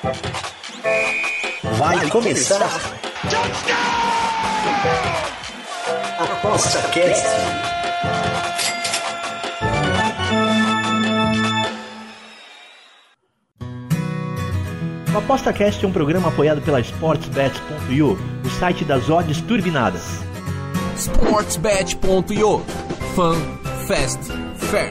Vai começar. Aposta Cast. O ApostaCast é um programa apoiado pela SportsBet.io, o site das odds turbinadas. SportsBet.io. Fun, Fast, Fair.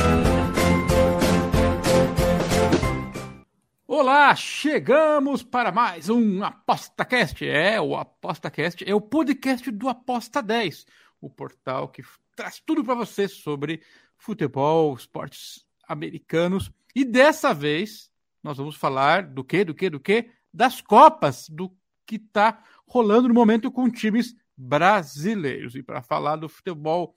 Olá, chegamos para mais um ApostaCast. O ApostaCast é o podcast do Aposta 10, o portal que traz tudo para você sobre futebol, esportes americanos. E dessa vez nós vamos falar do quê? Das Copas, do que está rolando no momento com times brasileiros. E para falar do futebol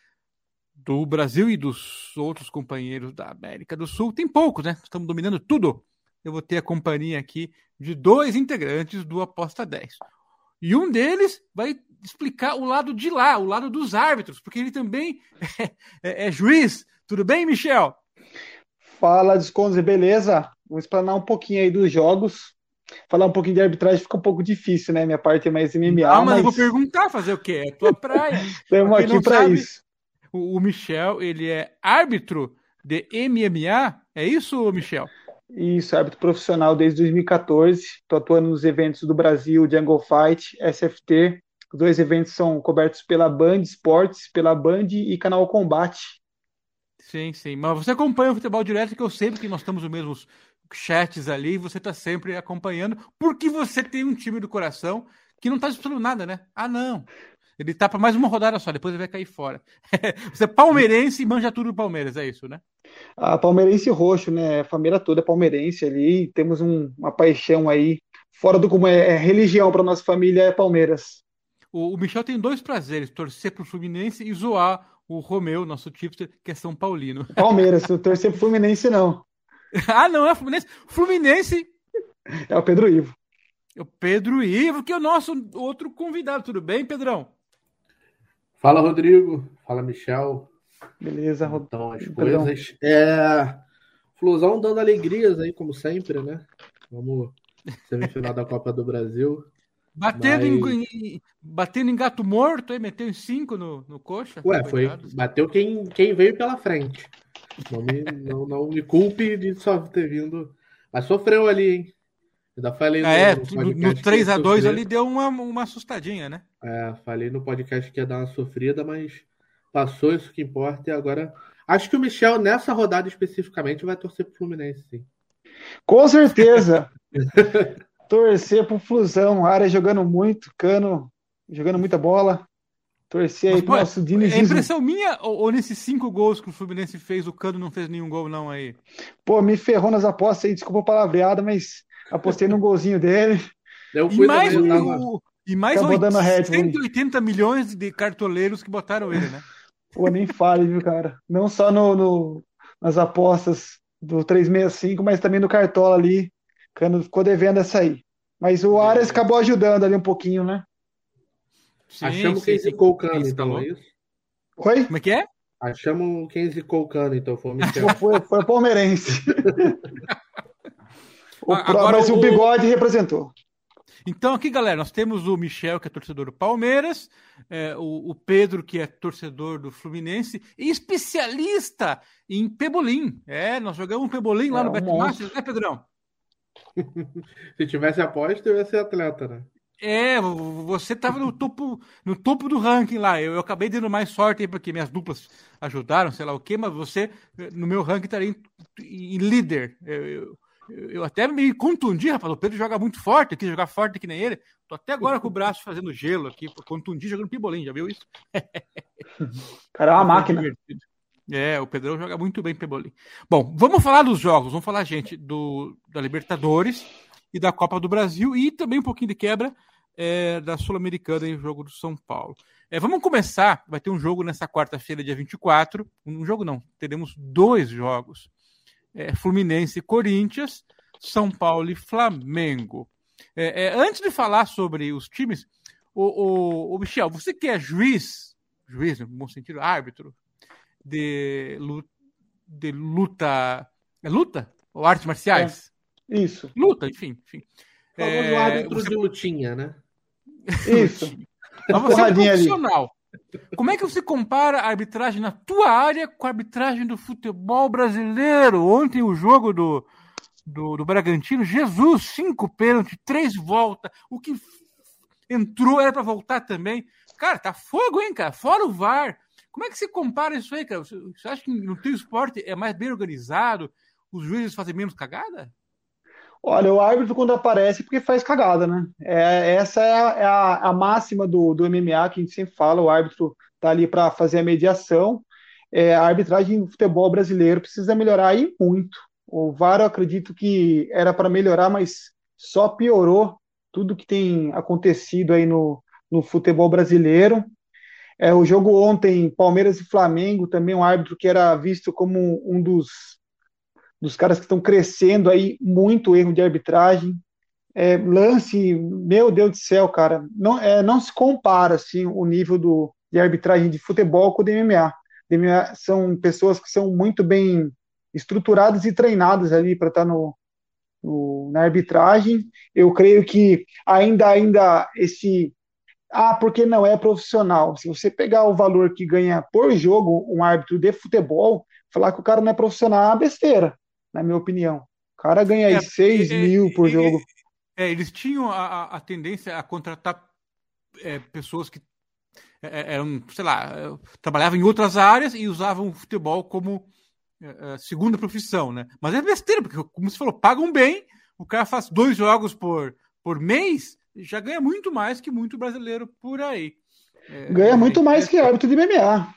do Brasil e dos outros companheiros da América do Sul, tem poucos, né? Estamos dominando tudo. Eu vou ter a companhia aqui de dois integrantes do Aposta 10. E um deles vai explicar o lado de lá, o lado dos árbitros, porque ele também é juiz. Tudo bem, Michel? Fala, Desconze, beleza? Vou explanar um pouquinho aí dos jogos. Falar um pouquinho de arbitragem fica um pouco difícil, né? Minha parte é mais MMA. Mas eu vou perguntar, fazer o quê? É tua praia. Estamos aqui para isso. O Michel, ele é árbitro de MMA, é isso, Michel? Isso, árbitro profissional desde 2014. Estou atuando nos eventos do Brasil, Jungle Fight, SFT. Os dois eventos são cobertos pela Band Esportes, pela Band e Canal Combate. Sim. Mas você acompanha o futebol direto, que eu sei que nós temos os mesmos chats ali, e você está sempre acompanhando, porque você tem um time do coração que não está disputando nada, né? Ah, não. Ele tá para mais uma rodada só, depois ele vai cair fora. Você é palmeirense e manja tudo do Palmeiras, é isso, né? A palmeirense roxo, né? A família toda é palmeirense ali. Temos uma paixão aí, fora do como é religião para nossa família, é Palmeiras. O Michel tem dois prazeres, torcer pro Fluminense e zoar o Romeu, nosso tipster, que é São Paulino. Palmeiras, eu torcer pro Fluminense não. Ah, não é Fluminense? Fluminense é o Pedro Ivo. É o Pedro Ivo, que é o nosso outro convidado. Tudo bem, Pedrão? Fala, Rodrigo. Fala, Michel. Beleza, então, as coisas. Flusão dando alegrias aí, como sempre, né? Vamos semifinal da Copa do Brasil. Batendo em gato morto, aí meteu em 5 no coxa. Bateu quem veio pela frente. Não me culpe de só ter vindo. Mas sofreu ali, hein? Ainda falei no 3-2 ali deu uma assustadinha, né? Falei no podcast que ia dar uma sofrida, mas passou, isso que importa. E agora, acho que o Michel, nessa rodada especificamente, vai torcer pro Fluminense, sim. Com certeza! Torcer pro Flusão, área jogando muito, Cano jogando muita bola. Torcer aí pro nosso dinizismo. É impressão minha ou nesses 5 gols que o Fluminense fez, o Cano não fez nenhum gol não aí? Pô, me ferrou nas apostas aí, desculpa a palavreada, mas apostei no golzinho dele. E mais 180 milhões de cartoleiros que botaram ele, né? Pô, nem fale, viu, cara? Não só nas apostas do 365, mas também no Cartola ali. Cano ficou devendo essa aí. Mas o Arias acabou ajudando ali um pouquinho, né? Achamos quem zicou o Cano, então, é isso? Oi? Como é que é? Achamos quem zicou o Cano, então foi o Michel. Foi o palmeirense. Mas o Bigode representou. Então aqui, galera, nós temos o Michel, que é torcedor do Palmeiras, o Pedro, que é torcedor do Fluminense, e especialista em pebolim. Nós jogamos um pebolim lá no Betmasters, né, Pedrão? Se tivesse aposta, eu ia ser atleta, né? Você estava no topo do ranking lá. Eu acabei dando mais sorte aí, porque minhas duplas ajudaram, sei lá o quê, mas você, no meu ranking, estaria em líder. Eu até me contundi, rapaz. O Pedro joga muito forte, eu quis jogar forte que nem ele. Tô até agora com o braço fazendo gelo aqui, contundi jogando pebolim, já viu isso? Cara, é uma máquina. Divertido. O Pedrão joga muito bem pebolim. Bom, vamos falar dos jogos. Vamos falar, gente, da Libertadores e da Copa do Brasil e também um pouquinho de quebra da Sul-Americana em jogo do São Paulo. Vamos começar. Vai ter um jogo nessa quarta-feira, dia 24. Um jogo não, teremos 2 jogos. Fluminense e Corinthians, São Paulo e Flamengo. Antes de falar sobre os times, o Michel, você que é juiz, no bom sentido, árbitro, de luta. É luta? Ou artes marciais? Isso. Luta, enfim. O famoso árbitro de lutinha, né? Isso. Mas você é um Porradinha ali. profissional. Como é que você compara a arbitragem na tua área com a arbitragem do futebol brasileiro? Ontem o jogo do Bragantino, Jesus, 5 pênaltis, 3 voltas, o que entrou era para voltar também. Cara, tá fogo, hein, cara? Fora o VAR. Como é que você compara isso aí, cara? Você acha que no teu esporte é mais bem organizado? Os juízes fazem menos cagada? Olha, o árbitro quando aparece é porque faz cagada, né? Essa é a máxima do MMA que a gente sempre fala, o árbitro tá ali para fazer a mediação. A arbitragem do futebol brasileiro precisa melhorar aí muito. O VAR eu acredito que era para melhorar, mas só piorou tudo que tem acontecido aí no futebol brasileiro. O jogo ontem, Palmeiras e Flamengo, também um árbitro que era visto como um dos caras que estão crescendo aí, muito erro de arbitragem. Lance, meu Deus do céu, cara, não se compara assim, o nível de arbitragem de futebol com o de MMA. MMA são pessoas que são muito bem estruturadas e treinadas ali para estar na arbitragem. Eu creio que ainda esse porque não é profissional. Se você pegar o valor que ganha por jogo um árbitro de futebol, falar que o cara não é profissional é uma besteira, na minha opinião. O cara ganha aí 6 mil por jogo. Eles tinham a tendência a contratar pessoas que eram, sei lá, trabalhavam em outras áreas e usavam o futebol como segunda profissão, né? Mas é besteira, porque, como você falou, pagam bem, o cara faz 2 jogos por mês, já ganha muito mais que muito brasileiro por aí. Ganha muito mais que árbitro de MMA.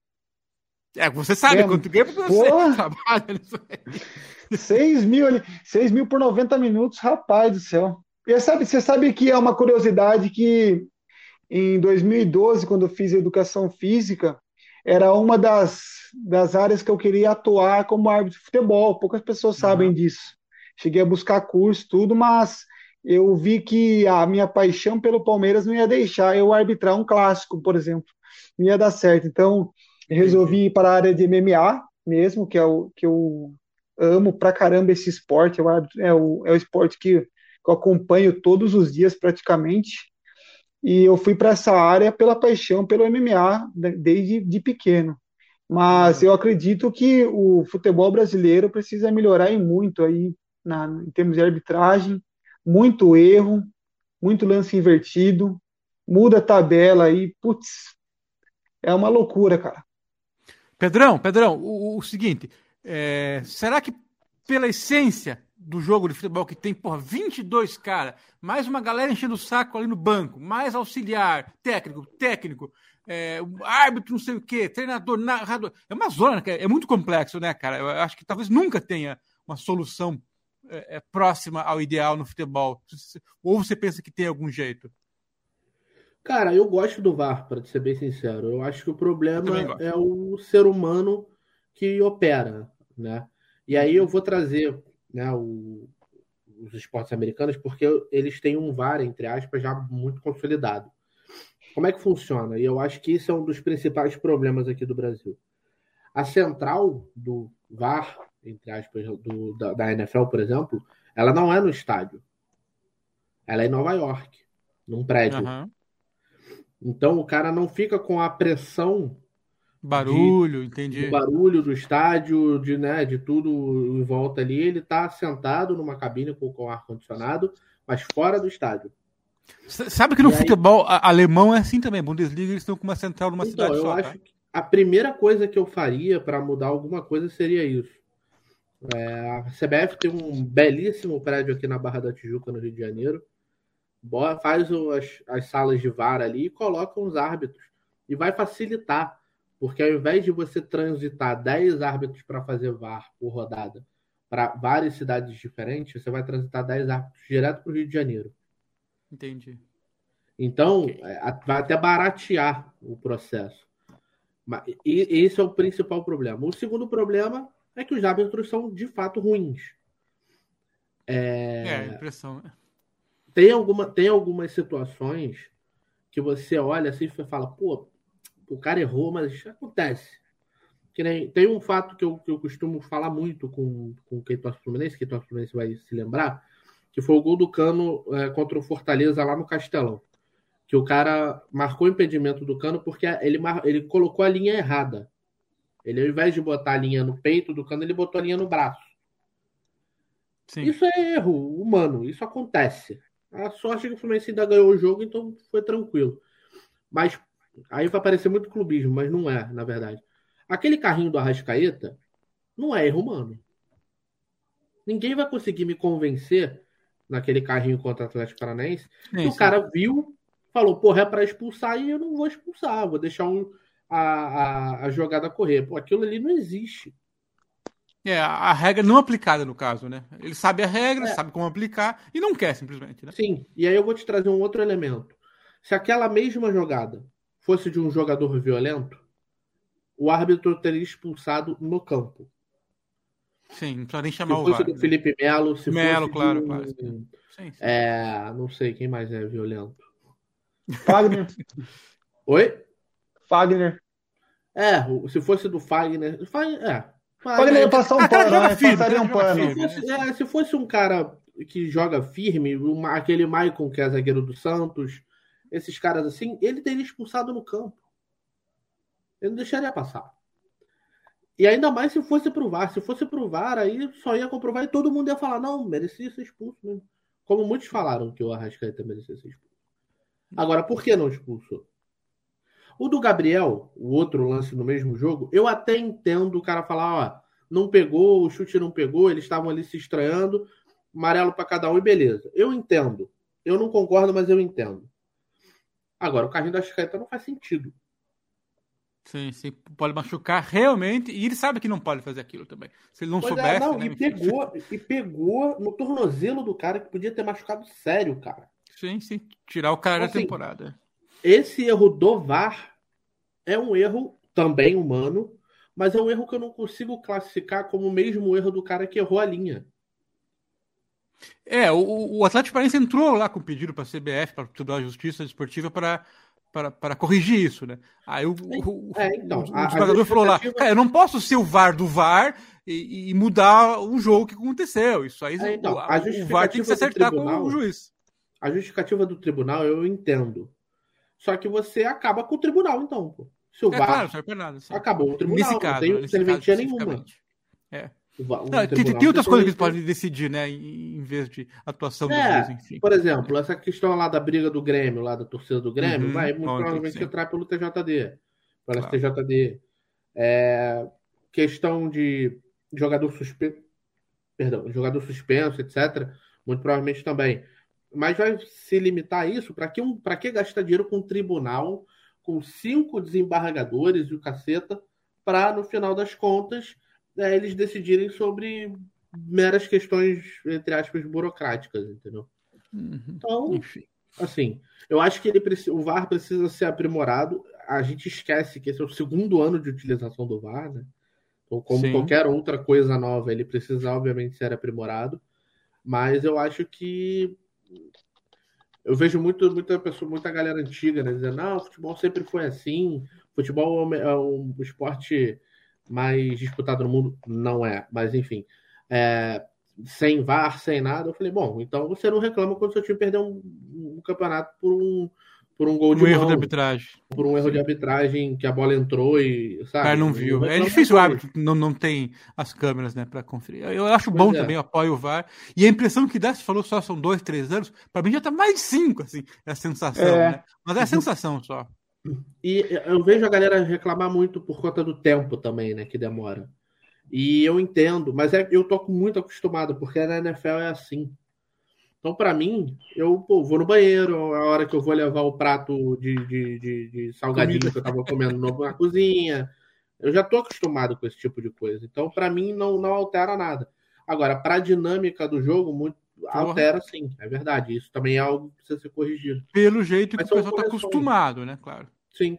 Você sabe quanto ganha porque você trabalha nisso aí. 6 mil ali, 6 mil por 90 minutos, rapaz do céu. E você sabe que é uma curiosidade que em 2012, quando eu fiz educação física, era uma das áreas que eu queria atuar como árbitro de futebol. Poucas pessoas sabem disso. Cheguei a buscar curso, tudo, mas eu vi que a minha paixão pelo Palmeiras não ia deixar eu arbitrar um clássico, por exemplo. Não ia dar certo. Então, eu resolvi ir para a área de MMA mesmo, que eu amo pra caramba esse esporte. É o esporte que eu acompanho todos os dias praticamente. E eu fui para essa área pela paixão pelo MMA desde de pequeno. Mas eu acredito que o futebol brasileiro precisa melhorar em muito aí em termos de arbitragem, muito erro, muito lance invertido, muda a tabela aí, putz, é uma loucura, cara. Pedrão, o seguinte, será que pela essência do jogo de futebol que tem, 22 caras, mais uma galera enchendo o saco ali no banco, mais auxiliar, técnico, árbitro, não sei o quê, treinador, narrador, é uma zona, né? É muito complexo, né, cara? Eu acho que talvez nunca tenha uma solução próxima ao ideal no futebol. Ou você pensa que tem algum jeito? Cara, eu gosto do VAR, para ser bem sincero. Eu acho que o problema é o ser humano que opera, né? E aí eu vou trazer, né, os esportes americanos, porque eles têm um VAR, entre aspas, já muito consolidado. Como é que funciona? E eu acho que isso é um dos principais problemas aqui do Brasil. A central do VAR, entre aspas, da NFL, por exemplo, ela não é no estádio. Ela é em Nova York, num prédio. Uhum. Então o cara não fica com a pressão entendi. do barulho do estádio, de tudo em volta ali. Ele está sentado numa cabine com ar-condicionado, mas fora do estádio. Sabe que no futebol alemão é assim também. Bundesliga, eles estão com uma central numa cidade só. Eu acho que a primeira coisa que eu faria para mudar alguma coisa seria isso. A CBF tem um belíssimo prédio aqui na Barra da Tijuca, no Rio de Janeiro. Faz as salas de VAR ali e coloca os árbitros. E vai facilitar. Porque ao invés de você transitar 10 árbitros para fazer VAR por rodada para várias cidades diferentes, você vai transitar 10 árbitros direto para o Rio de Janeiro. Entendi. Então, vai até baratear o processo. E esse é o principal problema. O segundo problema é que os árbitros são, de fato, ruins. Impressão, né? Tem algumas situações que você olha assim e fala, pô, o cara errou, mas acontece. Tem um fato que eu costumo falar muito com quem torce pro Fluminense, que torce pro Fluminense vai se lembrar, que foi o gol do Cano contra o Fortaleza lá no Castelão. Que o cara marcou o impedimento do Cano porque ele colocou a linha errada. Ele, ao invés de botar a linha no peito do Cano, ele botou a linha no braço. Sim. Isso é erro humano, isso acontece. A sorte é que o Fluminense ainda ganhou o jogo, então foi tranquilo. Mas aí vai parecer muito clubismo, mas não é, na verdade. Aquele carrinho do Arrascaeta não é erro humano. Ninguém vai conseguir me convencer naquele carrinho contra o Atlético Paranaense que o cara viu, falou, porra, é para expulsar e eu não vou expulsar, vou deixar a jogada correr. Pô, aquilo ali não existe. A regra não aplicada no caso, né? Ele sabe a regra, sabe como aplicar e não quer simplesmente, né? Sim, e aí eu vou te trazer um outro elemento. Se aquela mesma jogada fosse de um jogador violento, o árbitro teria expulsado no campo. Sim, não precisa nem chamar o VAR. Se fosse do Felipe Melo, se Melo, fosse claro, de claro. Sim. Não sei quem mais é violento. Fagner. Oi? Fagner. Se fosse do Fagner. Fagner ia passar um pano, né? Passaria um pano. Se fosse um cara que joga firme, aquele Maicon que é zagueiro do Santos, esses caras assim, ele teria expulsado no campo. Ele não deixaria passar. E ainda mais se fosse pro VAR. Se fosse pro VAR, aí só ia comprovar e todo mundo ia falar, não, merecia ser expulso mesmo. Como muitos falaram que o Arrascaeta merecia ser expulso. Agora, por que não expulsou? O do Gabriel, o outro lance no mesmo jogo, eu até entendo o cara falar, não pegou, o chute não pegou, eles estavam ali se estranhando, amarelo para cada um e beleza. Eu entendo. Eu não concordo, mas eu entendo. Agora, o carrinho da Arrascaeta não faz sentido. Sim, pode machucar realmente, e ele sabe que não pode fazer aquilo também. Se ele não soubesse... E pegou no tornozelo do cara, que podia ter machucado sério, cara. Sim, tirar o cara da temporada. Esse erro do VAR é um erro também humano, mas é um erro que eu não consigo classificar como o mesmo erro do cara que errou a linha. O Atlético Paranaense entrou lá com pedido para a CBF, para o Tribunal de Justiça Desportiva, para corrigir isso, né? Aí o jogador falou lá, cara, eu não posso ser o VAR do VAR e mudar o jogo que aconteceu. Isso aí o VAR tem que se acertar com o juiz. A justificativa do tribunal eu entendo. Só que você acaba com o tribunal, então, pô. Se o VAR claro, não serve nada, acabou o tribunal, nesse caso, não tem serventia nenhuma. Tem outras coisas que eles podem decidir, né? Em vez de atuação do juiz, enfim. Por exemplo, essa questão lá da briga do Grêmio, lá da torcida do Grêmio, vai muito provavelmente entrar pelo TJD. Pelo STJD. Questão de jogador suspenso, etc. Muito provavelmente também. Mas vai se limitar a isso? Para que gastar dinheiro com um tribunal, com 5 desembargadores e o caceta, para, no final das contas, eles decidirem sobre meras questões, entre aspas, burocráticas, entendeu? Então, assim, eu acho que o VAR precisa ser aprimorado. A gente esquece que esse é o 2º ano de utilização do VAR, né? Então, como qualquer outra coisa nova, ele precisa, obviamente, ser aprimorado. Mas eu acho que eu vejo muita galera antiga, né, dizendo, não, o futebol sempre foi assim, futebol é um esporte mais disputado no mundo. Não é, mas enfim, sem VAR, sem nada. Eu falei, bom, então você não reclama quando seu time perdeu um campeonato por um gol de erro de arbitragem. Por um erro de arbitragem que a bola entrou e, sabe? O cara não viu. É difícil o árbitro, não tem as câmeras, né, para conferir. Eu acho bom também, eu apoio o VAR. E a impressão que dá, você falou só são 2, 3 anos, para mim já tá mais de 5, assim, é a sensação, né? Mas é a sensação só. E eu vejo a galera reclamar muito por conta do tempo também, né, que demora. E eu entendo, mas eu tô muito acostumado, porque na NFL é assim. Então, para mim, eu vou no banheiro, a hora que eu vou levar o prato de salgadinho que eu tava comendo na cozinha. Eu já tô acostumado com esse tipo de coisa. Então, para mim, não altera nada. Agora, para a dinâmica do jogo, altera sim, é verdade. Isso também é algo que precisa ser corrigido. Pelo jeito que o pessoal tá acostumado, né? Claro. Sim.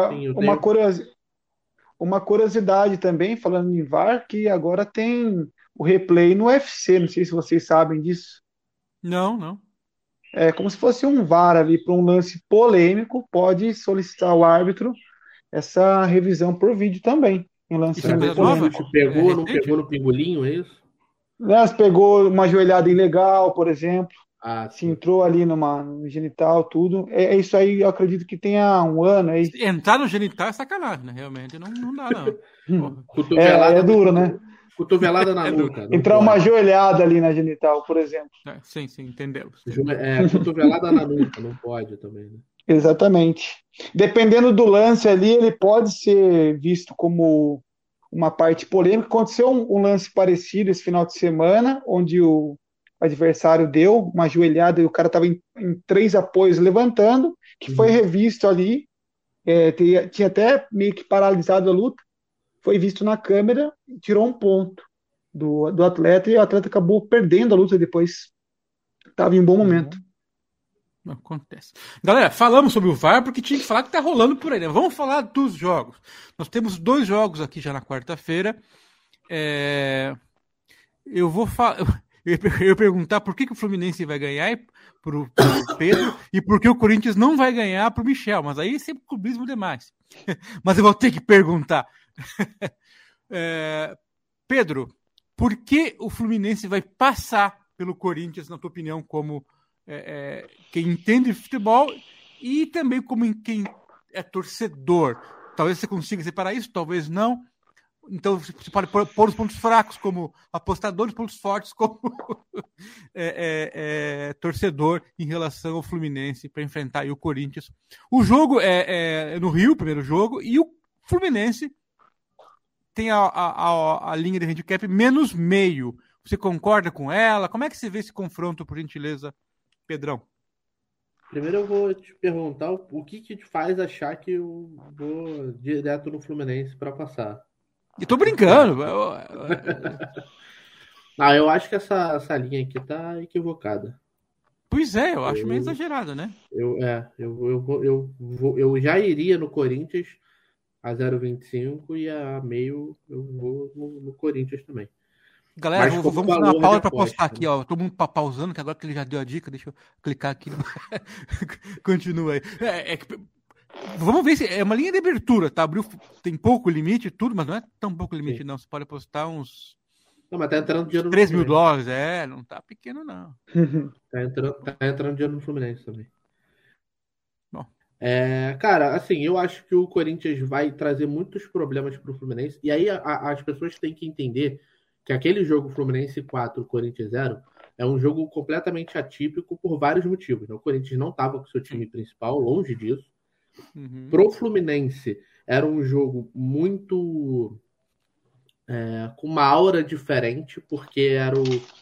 Uma curiosidade também, falando em VAR, que agora tem o replay no UFC. Não sei se vocês sabem disso. Não. É como se fosse um VAR ali para um lance polêmico, pode solicitar ao árbitro essa revisão por vídeo também. em lance Isso é coisa polêmico. nova? Pegou, É não recente? pegou no pingolinho, é isso? Mas pegou uma joelhada ilegal, por exemplo. Ah, Se sim. entrou ali no genital, tudo. É isso aí, eu acredito que tenha um ano aí. Entrar no genital é sacanagem, né? Realmente não dá, não. Porra. É duro, né? Cotovelada na É duro. nuca. Não Entrar pode. uma joelhada ali na genital, por exemplo. Sim, entendemos. Cotovelada na nuca, não pode também, né? Exatamente. Dependendo do lance ali, ele pode ser visto como uma parte polêmica. Aconteceu um lance parecido esse final de semana, onde o adversário deu uma joelhada e o cara estava em 3 apoios levantando, que foi revisto ali, tinha até meio que paralisado a luta, foi visto na câmera, tirou um ponto do atleta e o atleta acabou perdendo a luta depois. Estava em um bom momento. Não acontece. Galera, falamos sobre o VAR porque tinha que falar que tá rolando por aí, né? Vamos falar dos jogos. Nós temos 2 jogos aqui já na quarta-feira. Eu vou eu ia perguntar por que o Fluminense vai ganhar pro Pedro e por que o Corinthians não vai ganhar pro Michel, mas aí é sempre clubismo demais. Mas eu vou ter que perguntar. Pedro, por que o Fluminense vai passar pelo Corinthians, na tua opinião, como quem entende futebol e também como quem é torcedor? Talvez você consiga separar isso, talvez não. Então você pode pôr os pontos fracos como apostador, os pontos fortes como torcedor em relação ao Fluminense para enfrentar aí o Corinthians. O jogo é no Rio, o primeiro jogo, e o Fluminense tem a linha de handicap menos meio. Você concorda com ela? Como é que você vê esse confronto, por gentileza, Pedrão? Primeiro eu vou te perguntar o que te faz achar que eu vou direto no Fluminense para passar. Eu tô brincando. Eu acho que essa linha aqui tá equivocada. Pois é, eu acho meio exagerado, né? Eu já iria no Corinthians a 0,25 e a meio eu vou no Corinthians também. Galera, vamos dar uma pausa para postar aqui, ó. Todo mundo pausando, que agora que ele já deu a dica, deixa eu clicar aqui. Continua aí. Vamos ver se é uma linha de abertura, tá? Abriu, tem pouco limite e tudo, mas não é tão pouco limite, sim, não. Você pode apostar uns. Não, mas tá entrando dinheiro no 3 mil dólares, não tá pequeno, não. Tá entrando dinheiro no Fluminense também. Bom. Cara, assim, eu acho que o Corinthians vai trazer muitos problemas pro Fluminense, e aí as pessoas têm que entender que aquele jogo Fluminense 4, Corinthians 0, é um jogo completamente atípico por vários motivos. O Corinthians não estava com seu time principal, longe disso. Pro Fluminense, era um jogo muito com uma aura diferente, porque era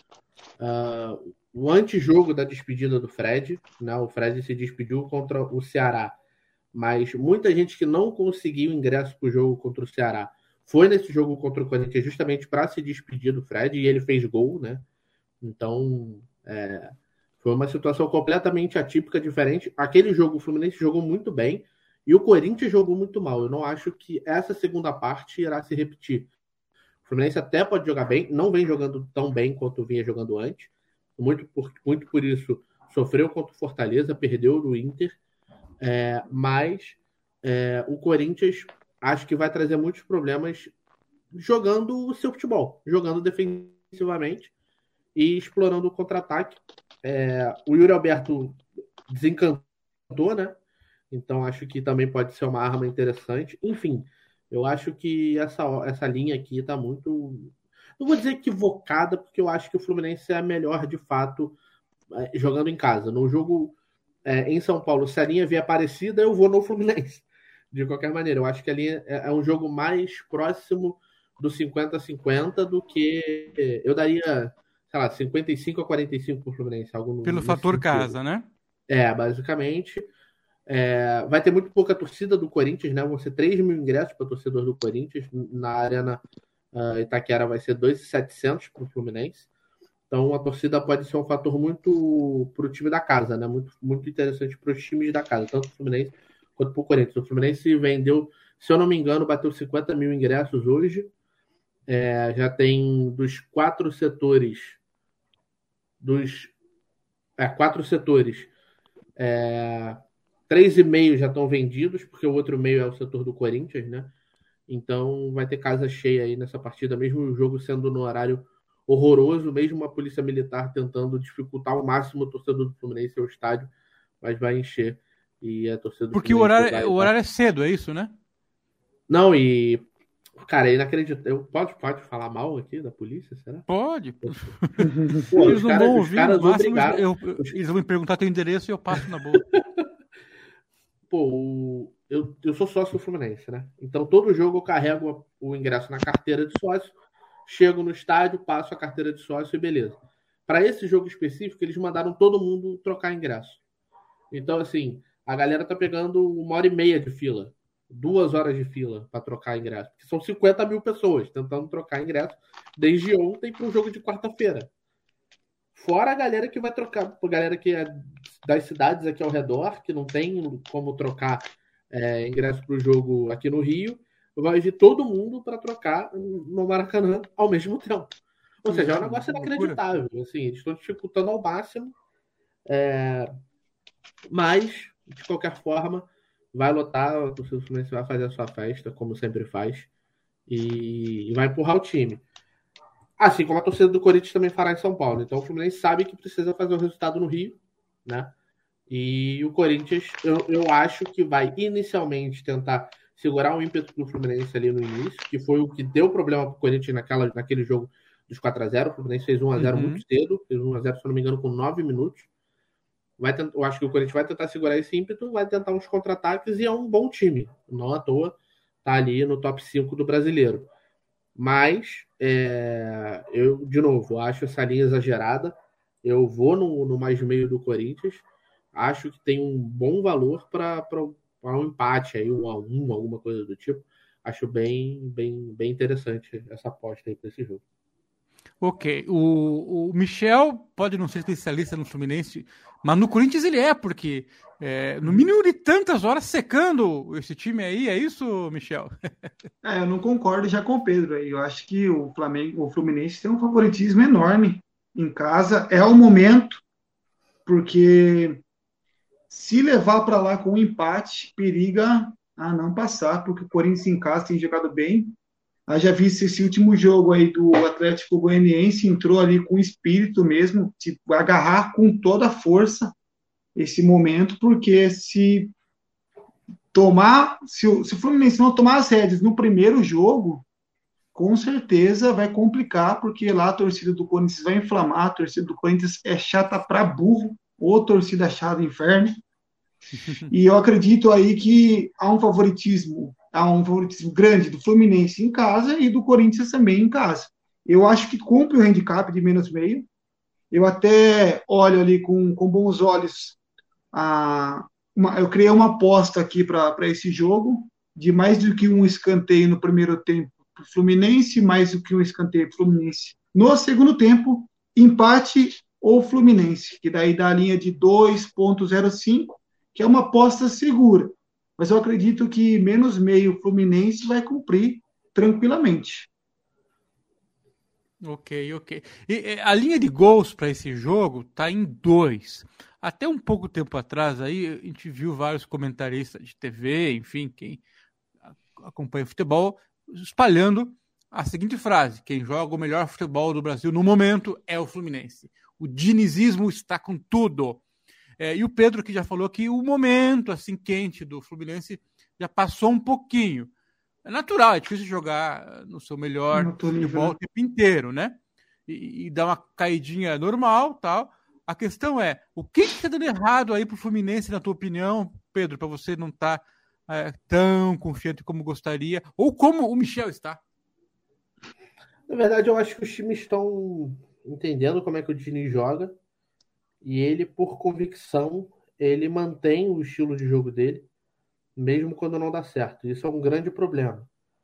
o antijogo da despedida do Fred, né? O Fred se despediu contra o Ceará, mas muita gente que não conseguiu ingresso para o jogo contra o Ceará foi nesse jogo contra o Corinthians justamente para se despedir do Fred, e ele fez gol, né? Então, foi uma situação completamente atípica, diferente. Aquele jogo, o Fluminense jogou muito bem e o Corinthians jogou muito mal. Eu não acho que essa segunda parte irá se repetir. O Fluminense até pode jogar bem, não vem jogando tão bem quanto vinha jogando antes. Muito por isso, sofreu contra o Fortaleza, perdeu no Inter. Mas o Corinthians acho que vai trazer muitos problemas jogando o seu futebol, jogando defensivamente e explorando o contra-ataque. O Yuri Alberto desencantou, né? Então acho que também pode ser uma arma interessante. Enfim, eu acho que essa linha aqui tá muito... Não vou dizer equivocada, porque eu acho que o Fluminense é melhor, de fato, jogando em casa. No jogo em São Paulo, se a linha vier parecida, eu vou no Fluminense. De qualquer maneira, eu acho que a linha é um jogo mais próximo do 50-50 do que... Eu daria, sei lá, 55-45 pro Fluminense. Pelo fator sentido. Casa, né? Basicamente. Vai ter muito pouca torcida do Corinthians, né? Vão ser 3 mil ingressos para torcedor do Corinthians. Na Arena Itaquera vai ser 2.700 para o Fluminense. Então a torcida pode ser um fator muito para o time da casa, né? Muito, muito interessante para os times da casa, tanto o Fluminense quanto para o Corinthians. O Fluminense vendeu, se eu não me engano, bateu 50 mil ingressos hoje. Já tem dos 4 setores. 4 setores. 3,5 já estão vendidos, porque o outro meio é o setor do Corinthians, né? Então vai ter casa cheia aí nessa partida, mesmo o jogo sendo no horário horroroso, mesmo a polícia militar tentando dificultar ao máximo o torcedor do Fluminense ao estádio, mas vai encher. E a torcida do Porque o horário é cedo, é isso, né? Não, e... Cara, é inacreditável. Pode falar mal aqui da polícia, será? Pode. Pô, eles não vão ouvir, caras obrigaram... Eles vão me perguntar teu endereço e eu passo na boa. Pô, eu sou sócio do Fluminense, né? Então todo jogo eu carrego o ingresso na carteira de sócio, chego no estádio, passo a carteira de sócio e beleza. Para esse jogo específico, eles mandaram todo mundo trocar ingresso. Então, assim, a galera tá pegando 1h30 de fila, 2 horas de fila para trocar ingresso. Porque são 50 mil pessoas tentando trocar ingresso desde ontem para um jogo de quarta-feira. Fora a galera que vai trocar, a galera que é das cidades aqui ao redor, que não tem como trocar ingresso para o jogo aqui no Rio, vai vir todo mundo para trocar no Maracanã ao mesmo tempo. Ou seja, é um negócio inacreditável. Assim, eles estão dificultando ao máximo. Mas, de qualquer forma, vai lotar, o torcedor do Fluminense vai fazer a sua festa, como sempre faz, e vai empurrar o time. Assim como a torcida do Corinthians também fará em São Paulo. Então o Fluminense sabe que precisa fazer o resultado no Rio, né? E o Corinthians, eu acho que vai inicialmente tentar segurar o ímpeto do Fluminense ali no início, que foi o que deu problema para o Corinthians naquele jogo dos 4-0. O Fluminense fez 1-0 muito cedo, fez 1-0, se não me engano, com 9 minutos. Eu acho que o Corinthians vai tentar segurar esse ímpeto, vai tentar uns contra-ataques e é um bom time. Não à toa, tá ali no top 5 do brasileiro. Mas, eu, de novo, acho essa linha exagerada. Eu vou no mais meio do Corinthians. Acho que tem um bom valor para um empate, aí, 1-1, alguma coisa do tipo. Acho bem interessante essa aposta aí para esse jogo. Ok. O Michel pode não ser especialista no Fluminense, mas no Corinthians ele porque no mínimo de tantas horas secando esse time aí, é isso, Michel? Eu não concordo já com o Pedro aí. Eu acho que o Fluminense tem um favoritismo enorme em casa. É o momento, porque se levar para lá com um empate, periga a não passar, porque o Corinthians em casa tem jogado bem. Já vi esse último jogo aí do Atlético Goianiense, entrou ali com espírito mesmo, tipo, agarrar com toda a força esse momento, porque se o Fluminense não tomar as rédeas no primeiro jogo, com certeza vai complicar, porque lá a torcida do Corinthians vai inflamar, a torcida do Corinthians é chata para burro, ou torcida chata do inferno, e eu acredito aí que há um favoritismo grande do Fluminense em casa e do Corinthians também em casa. Eu acho que cumpre o handicap de -0,5. Eu até olho ali com bons olhos. Eu criei uma aposta aqui para esse jogo, de mais do que um escanteio no primeiro tempo para o Fluminense, mais do que um escanteio para o Fluminense no segundo tempo, empate ou Fluminense, que daí dá a linha de 2,05, que é uma aposta segura. Mas eu acredito que -0,5 Fluminense vai cumprir tranquilamente. Ok. E a linha de gols para esse jogo está em 2. Até um pouco tempo atrás, aí, a gente viu vários comentaristas de TV, enfim, quem acompanha futebol, espalhando a seguinte frase: quem joga o melhor futebol do Brasil no momento é o Fluminense. O dinizismo está com tudo. E o Pedro, que já falou que o momento assim quente do Fluminense já passou um pouquinho. É natural, é difícil jogar no seu melhor futebol o tempo inteiro, né? E dar uma caidinha normal, tal. A questão é, o que está dando errado aí pro Fluminense, na tua opinião, Pedro, para você não estar tão confiante como gostaria, ou como o Michel está? Na verdade, eu acho que os times estão entendendo como é que o Diniz joga. E ele, por convicção, ele mantém o estilo de jogo dele, mesmo quando não dá certo. Isso é um grande problema.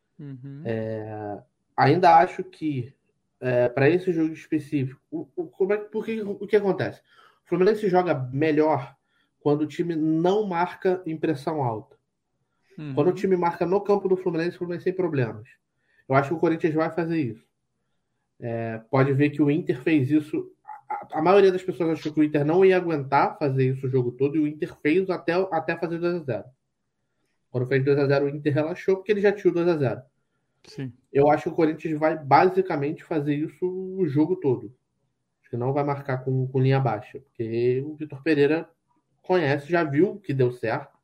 Ainda acho que, para esse jogo específico, o que acontece? O Fluminense joga melhor quando o time não marca em pressão alta. Quando o time marca no campo do Fluminense, o Fluminense tem problemas. Eu acho que o Corinthians vai fazer isso. Pode ver que o Inter fez isso. A maioria das pessoas achou que o Inter não ia aguentar fazer isso o jogo todo, e o Inter fez até fazer 2-0. Quando fez 2-0, o Inter relaxou, porque ele já tinha o 2-0. Sim. Eu acho que o Corinthians vai basicamente fazer isso o jogo todo. Acho que não vai marcar com linha baixa, porque o Vitor Pereira conhece, já viu que deu certo.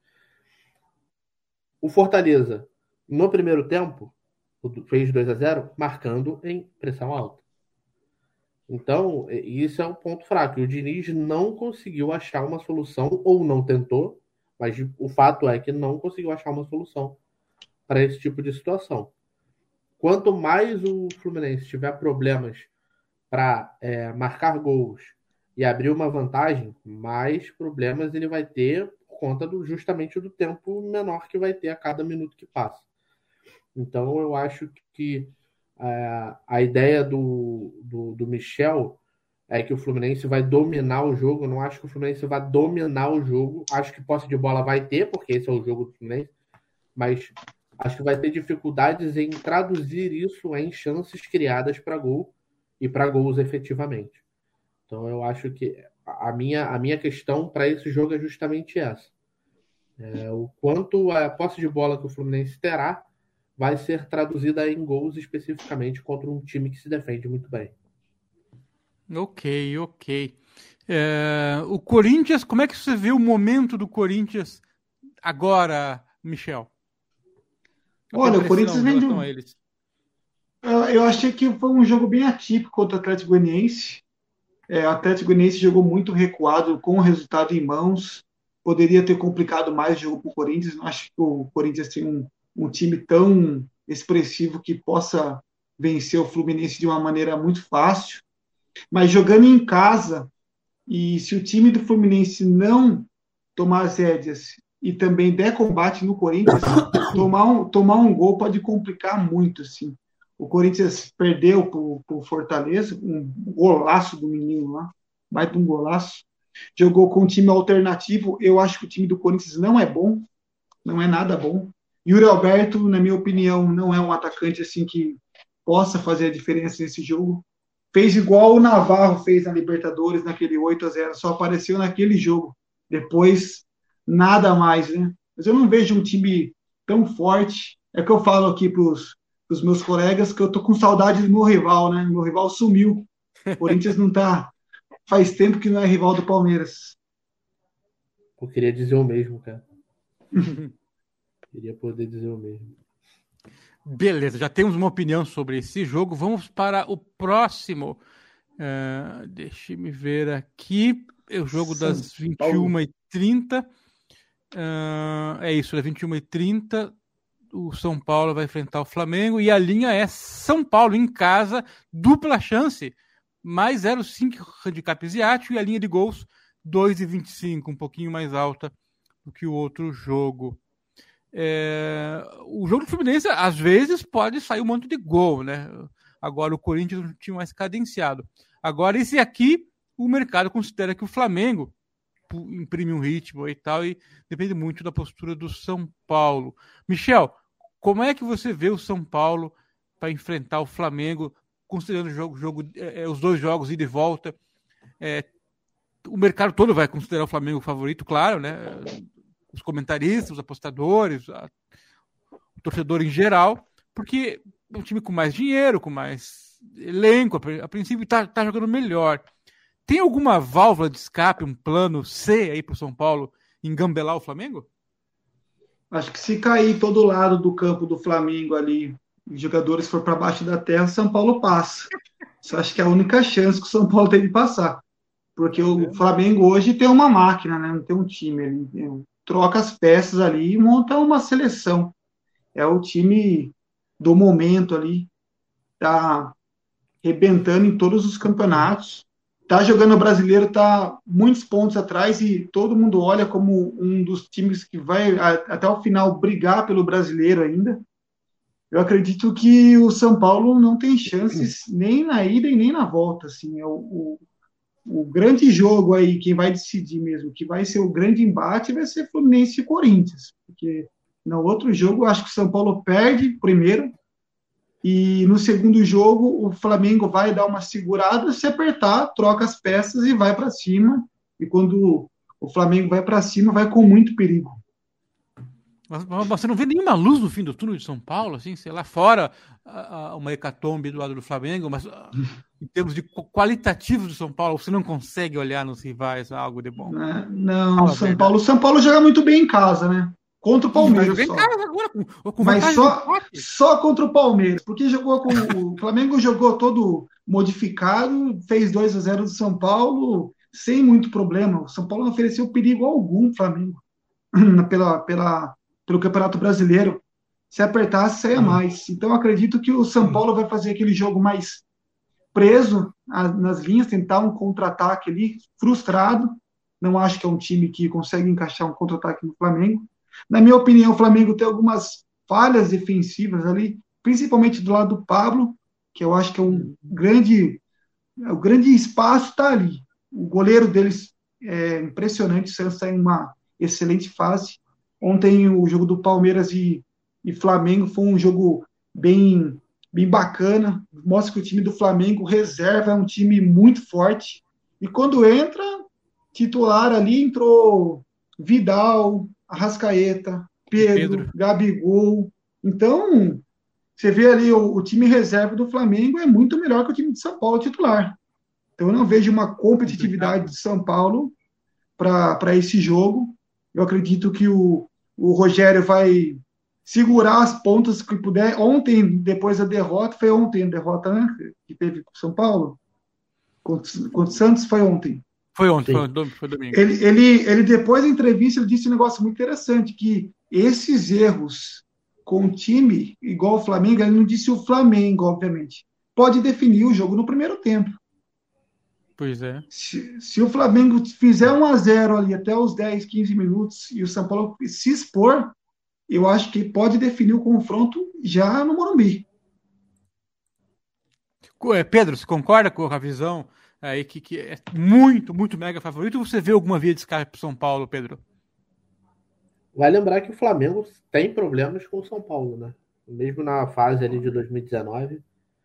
O Fortaleza, no primeiro tempo, fez 2-0, marcando em pressão alta. Então, isso é um ponto fraco. E o Diniz não conseguiu achar uma solução, ou não tentou, mas o fato é que não conseguiu achar uma solução para esse tipo de situação. Quanto mais o Fluminense tiver problemas para marcar gols e abrir uma vantagem, mais problemas ele vai ter por conta justamente do tempo menor que vai ter a cada minuto que passa. Então, eu acho que a ideia do Michel é que o Fluminense vai dominar o jogo. Eu não acho que o Fluminense vai dominar o jogo. Acho que posse de bola vai ter, porque esse é o jogo do Fluminense, mas acho que vai ter dificuldades em traduzir isso em chances criadas para gol e para gols efetivamente. Então eu acho que a minha questão para esse jogo é justamente essa. O quanto a posse de bola que o Fluminense terá vai ser traduzida em gols especificamente contra um time que se defende muito bem. Ok. O Corinthians, como é que você vê o momento do Corinthians agora, Michel? Olha, o Corinthians vem eu achei que foi um jogo bem atípico contra o Atlético Goianiense. O Atlético Goianiense jogou muito recuado, com o resultado em mãos. Poderia ter complicado mais o jogo para o Corinthians. Não acho que o Corinthians tem um time tão expressivo que possa vencer o Fluminense de uma maneira muito fácil. Mas jogando em casa, e se o time do Fluminense não tomar as rédeas e também der combate no Corinthians, tomar um gol pode complicar muito, assim. O Corinthians perdeu para o Fortaleza, um golaço do menino lá, baita um golaço. Jogou com um time alternativo. Eu acho que o time do Corinthians não é bom, não é nada bom. Yuri Alberto, na minha opinião, não é um atacante assim que possa fazer a diferença nesse jogo. Fez igual o Navarro fez na Libertadores, naquele 8-0, só apareceu naquele jogo. Depois, nada mais, né? Mas eu não vejo um time tão forte. É que eu falo aqui para os meus colegas que eu tô com saudade do meu rival, né? Meu rival sumiu. O Corinthians não tá... Faz tempo que não é rival do Palmeiras. Eu queria dizer o mesmo, cara. Queria poder dizer o mesmo. Beleza, já temos uma opinião sobre esse jogo. Vamos para o próximo. Deixa-me ver aqui. É o jogo das 21h30. É isso, das 21h30. O São Paulo vai enfrentar o Flamengo. E a linha é São Paulo em casa, dupla chance. Mais 0,5 handicap asiático. E a linha de gols 2,25, um pouquinho mais alta do que o outro jogo. O jogo do Fluminense às vezes pode sair um monte de gol, né? Agora o Corinthians é um time mais cadenciado. Agora esse aqui, o mercado considera que o Flamengo imprime um ritmo e tal, e depende muito da postura do São Paulo. Michel, como é que você vê o São Paulo para enfrentar o Flamengo, considerando os dois jogos ida e volta? O mercado todo vai considerar o Flamengo o favorito, claro, né? Os comentaristas, os apostadores, o torcedor em geral, porque é um time com mais dinheiro, com mais elenco, a princípio está jogando melhor. Tem alguma válvula de escape, um plano C aí para o São Paulo engambelar o Flamengo? Acho que se cair todo lado do campo do Flamengo ali, os jogadores for para baixo da terra, o São Paulo passa. Isso acho que é a única chance que o São Paulo tem de passar. Porque o Flamengo hoje tem uma máquina, né? Não tem um time ali. Troca as peças ali e monta uma seleção. É o time do momento ali. Tá arrebentando em todos os campeonatos. Tá jogando o brasileiro, tá muitos pontos atrás e todo mundo olha como um dos times que vai até o final brigar pelo brasileiro ainda. Eu acredito que o São Paulo não tem chances nem na ida e nem na volta. Assim, o grande jogo aí, quem vai decidir mesmo, que vai ser o grande embate, vai ser Fluminense e Corinthians, porque no outro jogo eu acho que o São Paulo perde primeiro, e no segundo jogo o Flamengo vai dar uma segurada, se apertar, troca as peças e vai para cima, e quando o Flamengo vai para cima, vai com muito perigo. Mas você não vê nenhuma luz no fim do túnel de São Paulo, assim, sei lá, fora uma hecatombe do lado do Flamengo, mas em termos de qualitativos do São Paulo, você não consegue olhar nos rivais algo de bom. Não, São Paulo joga muito bem em casa, né? Contra o Palmeiras só. Agora, com mas só contra o Palmeiras, porque jogou com o Flamengo jogou todo modificado, fez 2-0 do São Paulo sem muito problema. O São Paulo não ofereceu perigo algum ao Flamengo pelo Campeonato Brasileiro. Se apertasse, saia mais. Então, acredito que o São Paulo vai fazer aquele jogo mais preso nas linhas, tentar um contra-ataque ali, frustrado. Não acho que é um time que consegue encaixar um contra-ataque no Flamengo. Na minha opinião, o Flamengo tem algumas falhas defensivas ali, principalmente do lado do Pablo, que eu acho que é o grande espaço está ali. O goleiro deles é impressionante, o Santos está em uma excelente fase. Ontem o jogo do Palmeiras e Flamengo foi um jogo bem bacana. Mostra que o time do Flamengo reserva é um time muito forte. E quando entra, titular ali, entrou Vidal, Arrascaeta, Pedro, Gabigol. Então, você vê ali o time reserva do Flamengo é muito melhor que o time de São Paulo titular. Então, eu não vejo uma competitividade de São Paulo para esse jogo. Eu acredito que o Rogério vai segurar as pontas que puder. Ontem, depois da derrota, foi ontem a derrota, né, que teve com o São Paulo? Contra o Santos foi ontem. Foi ontem, foi domingo. Ele depois da entrevista, ele disse um negócio muito interessante, que esses erros com um time igual o Flamengo, ele não disse o Flamengo, obviamente, pode definir o jogo no primeiro tempo. Pois é. Se o Flamengo fizer 1-0 ali até os 10, 15 minutos e o São Paulo se expor, eu acho que pode definir o confronto já no Morumbi. Pedro, você concorda com a visão aí que é muito, muito mega favorito, ou você vê alguma via de escape para São Paulo, Pedro? Vai lembrar que o Flamengo tem problemas com o São Paulo, né? Mesmo na fase ali de 2019,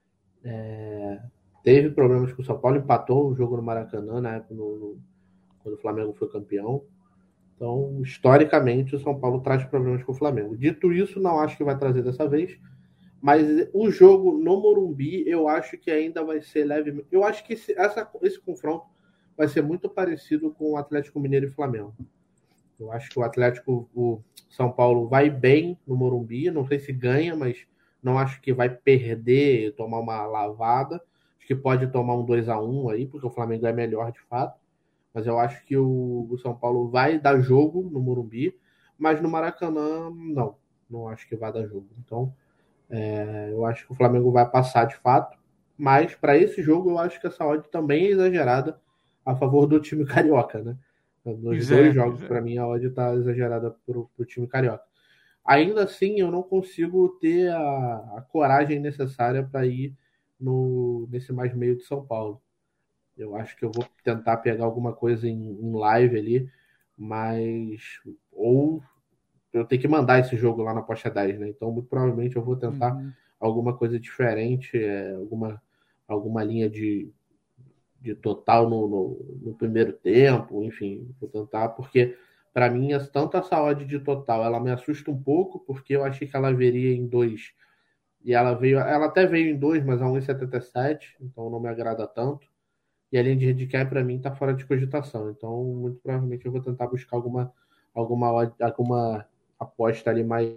teve problemas com o São Paulo, empatou o jogo no Maracanã, né, quando o Flamengo foi campeão. Então, historicamente, o São Paulo traz problemas com o Flamengo. Dito isso, não acho que vai trazer dessa vez, mas o jogo no Morumbi, eu acho que ainda vai ser levemente... Eu acho que esse confronto vai ser muito parecido com o Atlético Mineiro e Flamengo. Eu acho que o São Paulo vai bem no Morumbi, não sei se ganha, mas não acho que vai perder, tomar uma lavada. Acho que pode tomar um 2-1 aí, porque o Flamengo é melhor de fato. Mas eu acho que o São Paulo vai dar jogo no Morumbi, mas no Maracanã, não acho que vai dar jogo. Então, eu acho que o Flamengo vai passar de fato, mas para esse jogo eu acho que essa odd também é exagerada a favor do time carioca, né? Nos dois jogos, para mim, a odd está exagerada para o time carioca. Ainda assim, eu não consigo ter a coragem necessária para ir nesse mais meio de São Paulo. Eu acho que eu vou tentar pegar alguma coisa em live ali, mas... Ou eu tenho que mandar esse jogo lá na Aposta 10, né? Então, muito provavelmente, eu vou tentar alguma coisa diferente, alguma linha de total no primeiro tempo, enfim, vou tentar, porque para mim, tanto essa odd de total, ela me assusta um pouco, porque eu achei que ela viria em 2, e ela até veio em 2, mas a 1,77, então não me agrada tanto, e a linha de handicap para mim está fora de cogitação, então muito provavelmente eu vou tentar buscar alguma aposta ali mais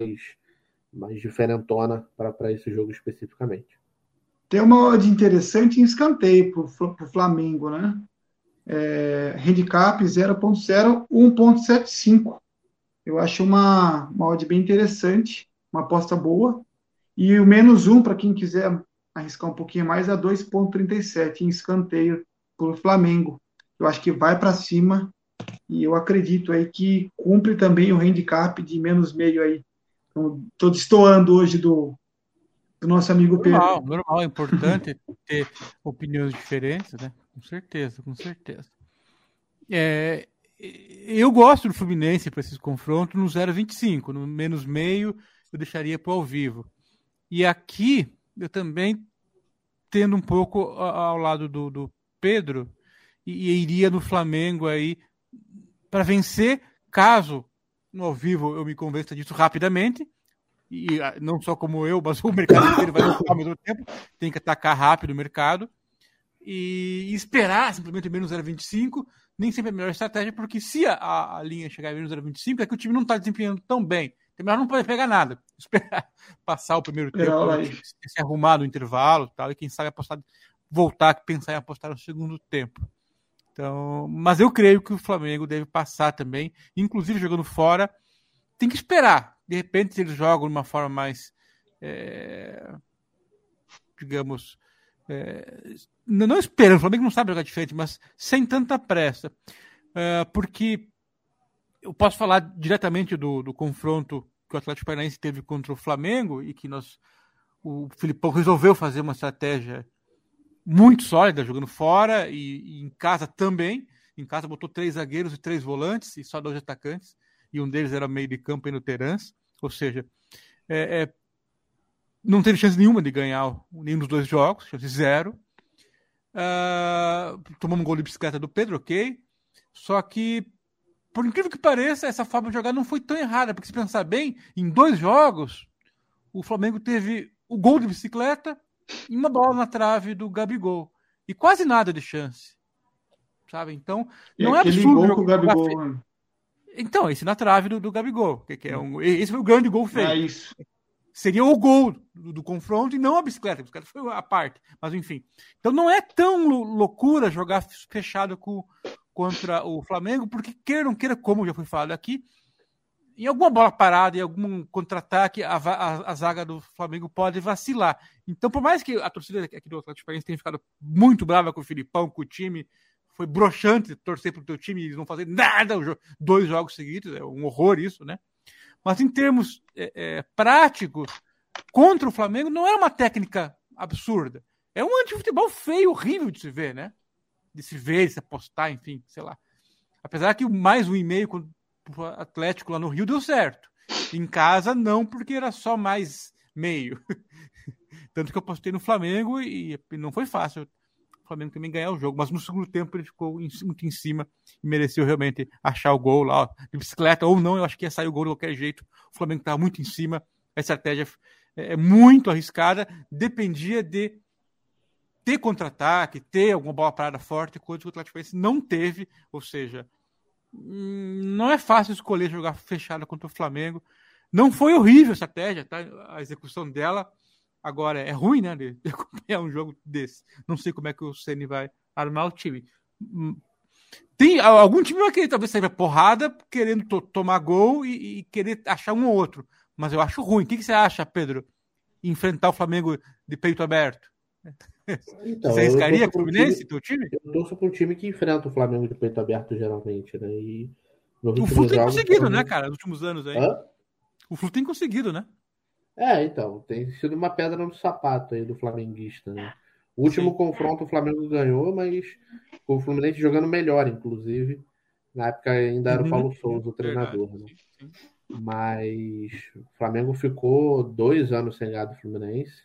diferentona para esse jogo especificamente. Tem uma odd interessante em escanteio para o Flamengo, né? Handicap 0.0, 1.75. Eu acho uma odd bem interessante, uma aposta boa. E o -1, para quem quiser arriscar um pouquinho mais, é 2.37 em escanteio para o Flamengo. Eu acho que vai para cima e eu acredito aí que cumpre também o handicap de -0,5 aí. Então, estou destoando hoje do nosso amigo Pedro. Normal, é importante ter opiniões diferentes, né? Com certeza. Eu gosto do Fluminense para esses confrontos no 0,25, no -0,5 eu deixaria para o ao vivo. E aqui eu também tendo um pouco ao lado do Pedro e iria no Flamengo aí para vencer, caso no ao vivo eu me convenço disso rapidamente, e não só como eu, mas o mercado inteiro vai atacar ao mesmo tempo, tem que atacar rápido o mercado, e esperar simplesmente menos 0,25, nem sempre é a melhor estratégia, porque se a linha chegar a menos 0,25, é que o time não está desempenhando tão bem. É melhor não poder pegar nada. Esperar passar o primeiro tempo, se arrumar no intervalo tal, e quem sabe voltar a pensar em apostar no segundo tempo. Então, mas eu creio que o Flamengo deve passar também, inclusive jogando fora. Tem que esperar. De repente, se eles jogam de uma forma mais, digamos, não esperando, o Flamengo não sabe jogar diferente, mas sem tanta pressa. Porque eu posso falar diretamente do confronto que o Atlético Paranaense teve contra o Flamengo e que o Filipão resolveu fazer uma estratégia muito sólida, jogando fora e em casa também. Em casa botou 3 zagueiros e 3 volantes e só 2 atacantes, e um deles era meio de campo e no Terence, ou seja, não teve chance nenhuma de ganhar nenhum dos 2 jogos, chance 0. Tomamos um gol de bicicleta do Pedro, ok, só que por incrível que pareça, essa forma de jogar não foi tão errada, porque se pensar bem, em 2 jogos, o Flamengo teve o gol de bicicleta e uma bola na trave do Gabigol. E quase nada de chance. Sabe? Então, não é absurdo. Gol com o Gabigol, mano. Então, esse na trave do Gabigol. Esse foi o grande gol feito. Isso. Seria o gol do confronto e não a bicicleta. A bicicleta foi a parte. Mas, enfim. Então, não é tão loucura jogar fechado contra o Flamengo, porque queira ou não queira, como já foi falado aqui, em alguma bola parada, em algum contra-ataque, a zaga do Flamengo pode vacilar. Então, por mais que a torcida aqui do Atlético Paranaense tenha ficado muito brava com o Filipão, com o time, foi broxante torcer pro teu time e eles não fazer nada 2 jogos seguidos, é um horror isso, né? Mas em termos práticos, contra o Flamengo não é uma técnica absurda. É um antifutebol feio, horrível de se ver, né? De se ver, de se apostar, enfim, sei lá. Apesar que mais 1,5 pro Atlético lá no Rio deu certo. Em casa, não, porque era só mais meio. Tanto que eu apostei no Flamengo e não foi fácil o Flamengo também ganhar o jogo. Mas no segundo tempo ele ficou muito em cima e mereceu realmente achar o gol lá, de bicicleta ou não. Eu acho que ia sair o gol de qualquer jeito. O Flamengo estava muito em cima. A estratégia é muito arriscada. Dependia de ter contra-ataque, ter alguma bola parada forte, coisa que o Atlético Paranaense não teve, ou seja, não é fácil escolher jogar fechado contra o Flamengo. Não foi horrível a estratégia, tá? A execução dela agora é ruim, né, de acompanhar um jogo desse. Não sei como é que o Ceni vai armar o time. Tem algum time vai querer talvez sair pra porrada, querendo tomar gol e querer achar um ou outro, mas eu acho ruim. O que você acha, Pedro? Enfrentar o Flamengo de peito aberto? Então, você arriscaria com o Fluminense, teu time? Eu torço para um time que enfrenta o Flamengo de peito aberto, geralmente, né? E o Flu tem conseguido, né, cara, nos últimos anos aí. O Flu tem conseguido, né? Então, tem sido uma pedra no sapato aí do flamenguista, né? O último confronto o Flamengo ganhou, mas com o Fluminense jogando melhor, inclusive. Na época ainda era o Paulo Souza, o treinador, né? Sim. Mas o Flamengo ficou 2 anos sem ganhar do Fluminense.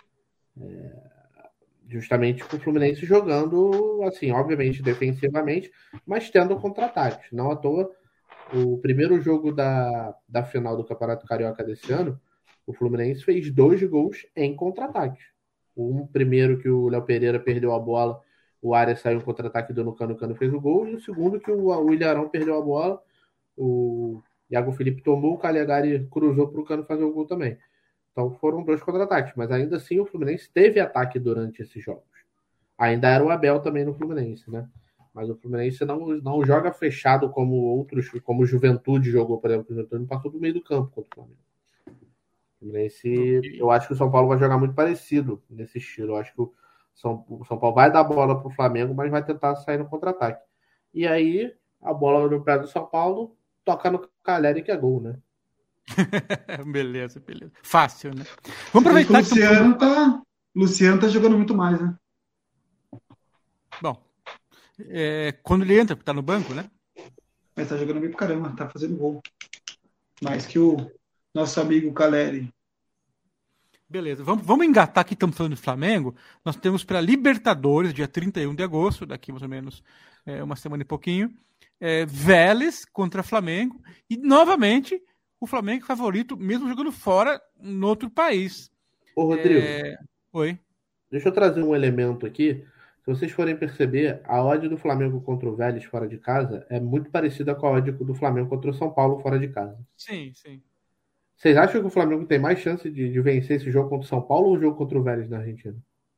Justamente com o Fluminense jogando, assim, obviamente defensivamente, mas tendo contra-ataques. Não à toa, o primeiro jogo da final do Campeonato Carioca desse ano, o Fluminense fez 2 gols em contra-ataques. Um primeiro que o Léo Pereira perdeu a bola, o Arias saiu em contra-ataque do Cano, o Cano fez o gol, e o segundo que o Ilharão perdeu a bola, o Iago Felipe tomou, o Calegari cruzou para o Cano fazer o gol também. Então foram 2 contra-ataques, mas ainda assim o Fluminense teve ataque durante esses jogos. Ainda era o Abel também no Fluminense, né? Mas o Fluminense não joga fechado como outros, como o Juventude jogou, por exemplo. O Juventude não passou do meio do campo contra o Flamengo. O Fluminense, eu acho que o São Paulo vai jogar muito parecido nesse estilo. Eu acho que o São Paulo vai dar a bola para o Flamengo, mas vai tentar sair no contra-ataque. E aí, a bola no pé do São Paulo toca no Caleri, que é gol, né? Beleza. Fácil, né? Vamos aproveitar que o Luciano tá jogando muito mais, né? Bom, quando ele entra, tá no banco, né? Mas tá jogando bem pra caramba, tá fazendo gol. Mais que o nosso amigo Caleri. Beleza, vamos engatar aqui, estamos falando do Flamengo. Nós temos para Libertadores, dia 31 de agosto, daqui mais ou menos uma semana e pouquinho, Vélez contra Flamengo, e novamente o Flamengo favorito, mesmo jogando fora, em outro país. Ô, Rodrigo, Oi. Deixa eu trazer um elemento aqui. Se vocês forem perceber, a odd do Flamengo contra o Vélez fora de casa é muito parecida com a odd do Flamengo contra o São Paulo fora de casa. Sim, sim. Vocês acham que o Flamengo tem mais chance de vencer esse jogo contra o São Paulo ou o jogo contra o Vélez na Argentina?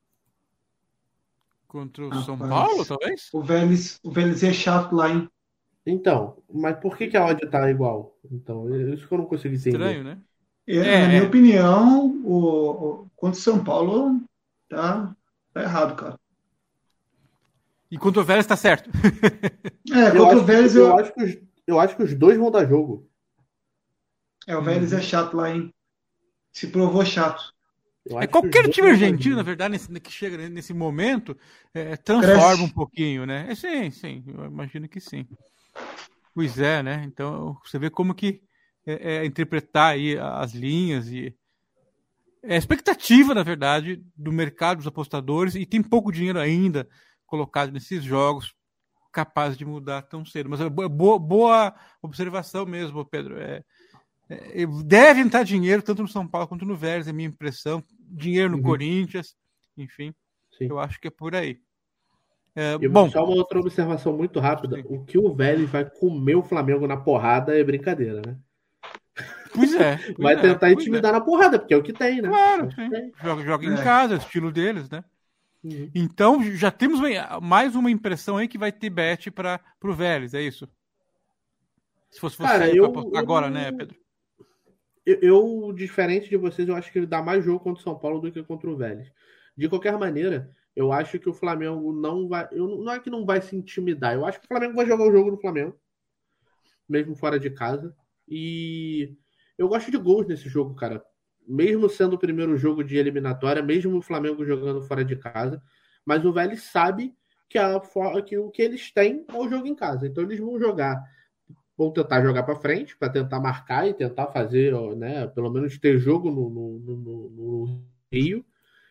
Contra o São Paulo, talvez? O Vélez é chato lá, hein? Então, mas por que a odd tá igual? Então, isso que eu não consigo entender. Estranho, né? Na minha opinião, contra o São Paulo tá errado, cara. E contra o Vélez tá certo. Contra o Vélez eu acho que os dois vão dar jogo. O Vélez é chato lá, hein? Se provou chato. Qualquer time argentino, na verdade, que chega nesse momento, transforma um pouquinho, né? Sim, eu imagino que sim. Pois é, né? Então, você vê como que interpretar aí as linhas e a expectativa, na verdade, do mercado dos apostadores, e tem pouco dinheiro ainda colocado nesses jogos capaz de mudar tão cedo. Mas boa observação mesmo, Pedro. Deve entrar dinheiro tanto no São Paulo quanto no Vélez, é a minha impressão. Dinheiro no Corinthians, enfim. Sim. Eu acho que é por aí. Só uma outra observação muito rápida. Sim. O que o Vélez vai comer o Flamengo na porrada é brincadeira, né? Pois é. Vai tentar intimidar na porrada, porque é o que tem, né? Claro, sim. Joga em casa, é o estilo deles, né? Então, já temos mais uma impressão aí que vai ter bet para o Vélez, é isso? Se fosse você agora, né, Pedro? Eu, diferente de vocês, eu acho que ele dá mais jogo contra o São Paulo do que contra o Vélez. De qualquer maneira, eu acho que o Flamengo não vai... Não é que não vai se intimidar, eu acho que o Flamengo vai jogar o jogo no Flamengo, mesmo fora de casa. E eu gosto de gols nesse jogo, cara. Mesmo sendo o primeiro jogo de eliminatória, mesmo o Flamengo jogando fora de casa, mas o Vélez sabe que o que eles têm é o jogo em casa. Então eles vão tentar jogar para frente, para tentar marcar e tentar fazer, né, pelo menos ter jogo no Rio.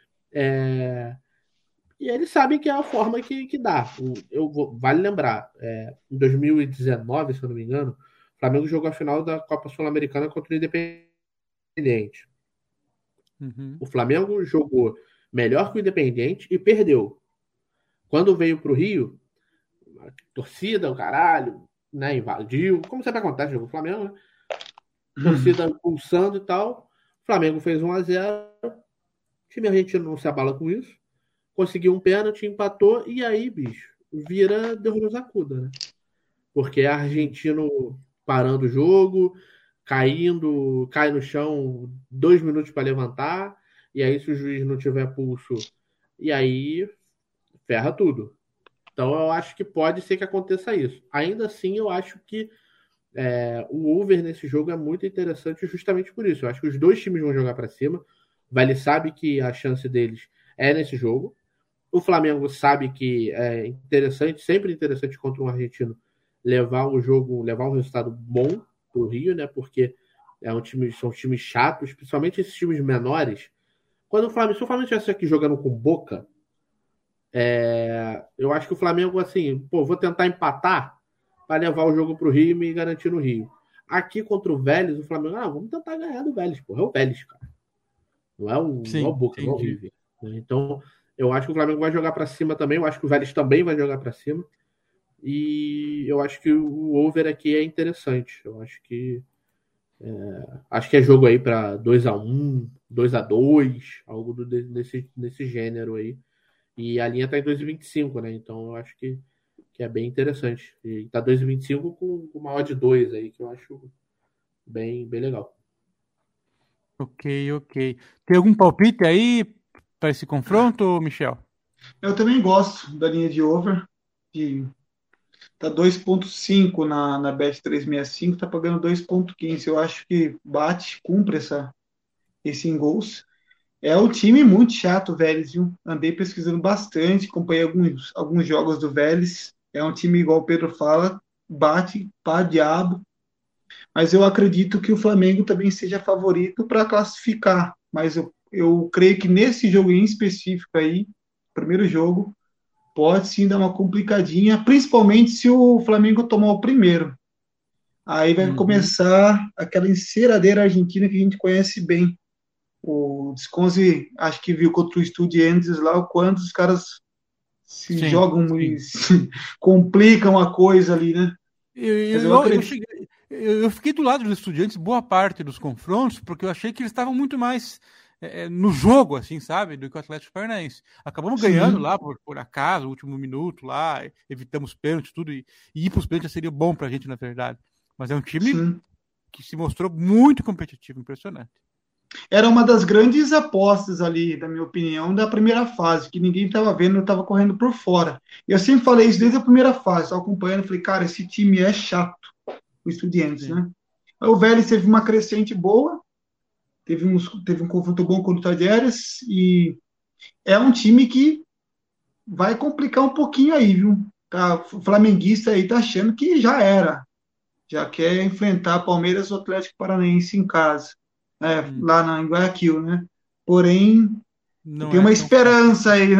E eles sabem que é a forma que dá. Vale lembrar, em 2019, se eu não me engano, o Flamengo jogou a final da Copa Sul-Americana contra o Independiente. O Flamengo jogou melhor que o Independiente e perdeu. Quando veio para o Rio, a torcida, o caralho, né, invadiu, como sempre acontece, jogou o Flamengo, né? Torcida pulsando e tal. O Flamengo fez 1-0. O time argentino não se abala com isso. Conseguiu um pênalti, empatou, e aí, bicho, vira Deus acuda, né? Porque é argentino parando o jogo, cai no chão 2 minutos para levantar, e aí se o juiz não tiver pulso, e aí ferra tudo. Então eu acho que pode ser que aconteça isso. Ainda assim, eu acho que o over nesse jogo é muito interessante justamente por isso. Eu acho que os dois times vão jogar para cima. O Vélez sabe que a chance deles é nesse jogo. O Flamengo sabe que é interessante, sempre interessante contra um argentino levar um resultado bom pro Rio, né? Porque são times chatos, principalmente esses times menores. Se o Flamengo estivesse aqui jogando com Boca, eu acho que o Flamengo, assim, vou tentar empatar para levar o jogo pro Rio e me garantir no Rio. Aqui contra o Vélez, o Flamengo, vamos tentar ganhar do Vélez, é o Vélez, cara. Não é o Boca, não é o River. Então, eu acho que o Flamengo vai jogar para cima também, eu acho que o Vélez também vai jogar para cima. E eu acho que o over aqui é interessante. Eu acho que é jogo aí para 2-1, 2-2, algo desse gênero aí. E a linha tá em 2,25, né? Então eu acho que é bem interessante. E tá 2,25 com uma odd 2 aí, que eu acho bem, bem legal. Ok. Tem algum palpite aí para esse confronto, Michel? Eu também gosto da linha de over. Tá 2,5 na Bet365, tá pagando 2,15. Eu acho que cumpre esse em gols. É um time muito chato, o Vélez, viu? Andei pesquisando bastante, acompanhei alguns jogos do Vélez. É um time, igual o Pedro fala, bate pá diabo. Mas eu acredito que o Flamengo também seja favorito para classificar. Mas eu creio que nesse jogo em específico aí, primeiro jogo, pode sim dar uma complicadinha, principalmente se o Flamengo tomar o primeiro. Aí vai começar aquela enceradeira argentina que a gente conhece bem. O Desconze, acho que viu contra o Estudiantes lá, o quanto os caras se jogam e complicam a coisa ali, né? Eu fiquei do lado dos Estudiantes boa parte dos confrontos, porque eu achei que eles estavam muito mais no jogo, assim, sabe, do que o Atlético Paranaense. Acabamos ganhando lá por acaso, no último minuto lá, evitamos pênalti, tudo, e ir para os pênaltis seria bom pra gente, na verdade. Mas é um time que se mostrou muito competitivo, impressionante. Era uma das grandes apostas ali, na minha opinião, da primeira fase, que ninguém estava vendo, estava correndo por fora. E eu sempre falei isso desde a primeira fase, estava acompanhando, falei, cara, esse time é chato, o Estudiantes, né? Aí o Vélez teve uma crescente boa, teve um confronto bom contra o Talleres, e é um time que vai complicar um pouquinho aí, viu? Tá, o flamenguista aí tá achando que já era, já quer enfrentar Palmeiras ou Atlético Paranaense em casa. Lá em Guayaquil, né? Porém, tem uma esperança aí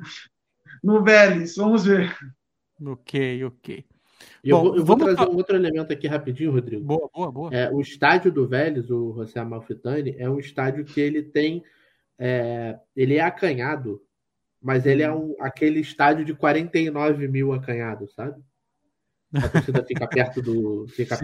no Vélez, vamos ver. Ok. Eu vou trazer um outro elemento aqui rapidinho, Rodrigo. Boa. O estádio do Vélez, o José Amalfitani, é um estádio que ele tem... ele é acanhado, mas ele é aquele estádio de 49 mil acanhados, sabe? A torcida fica perto do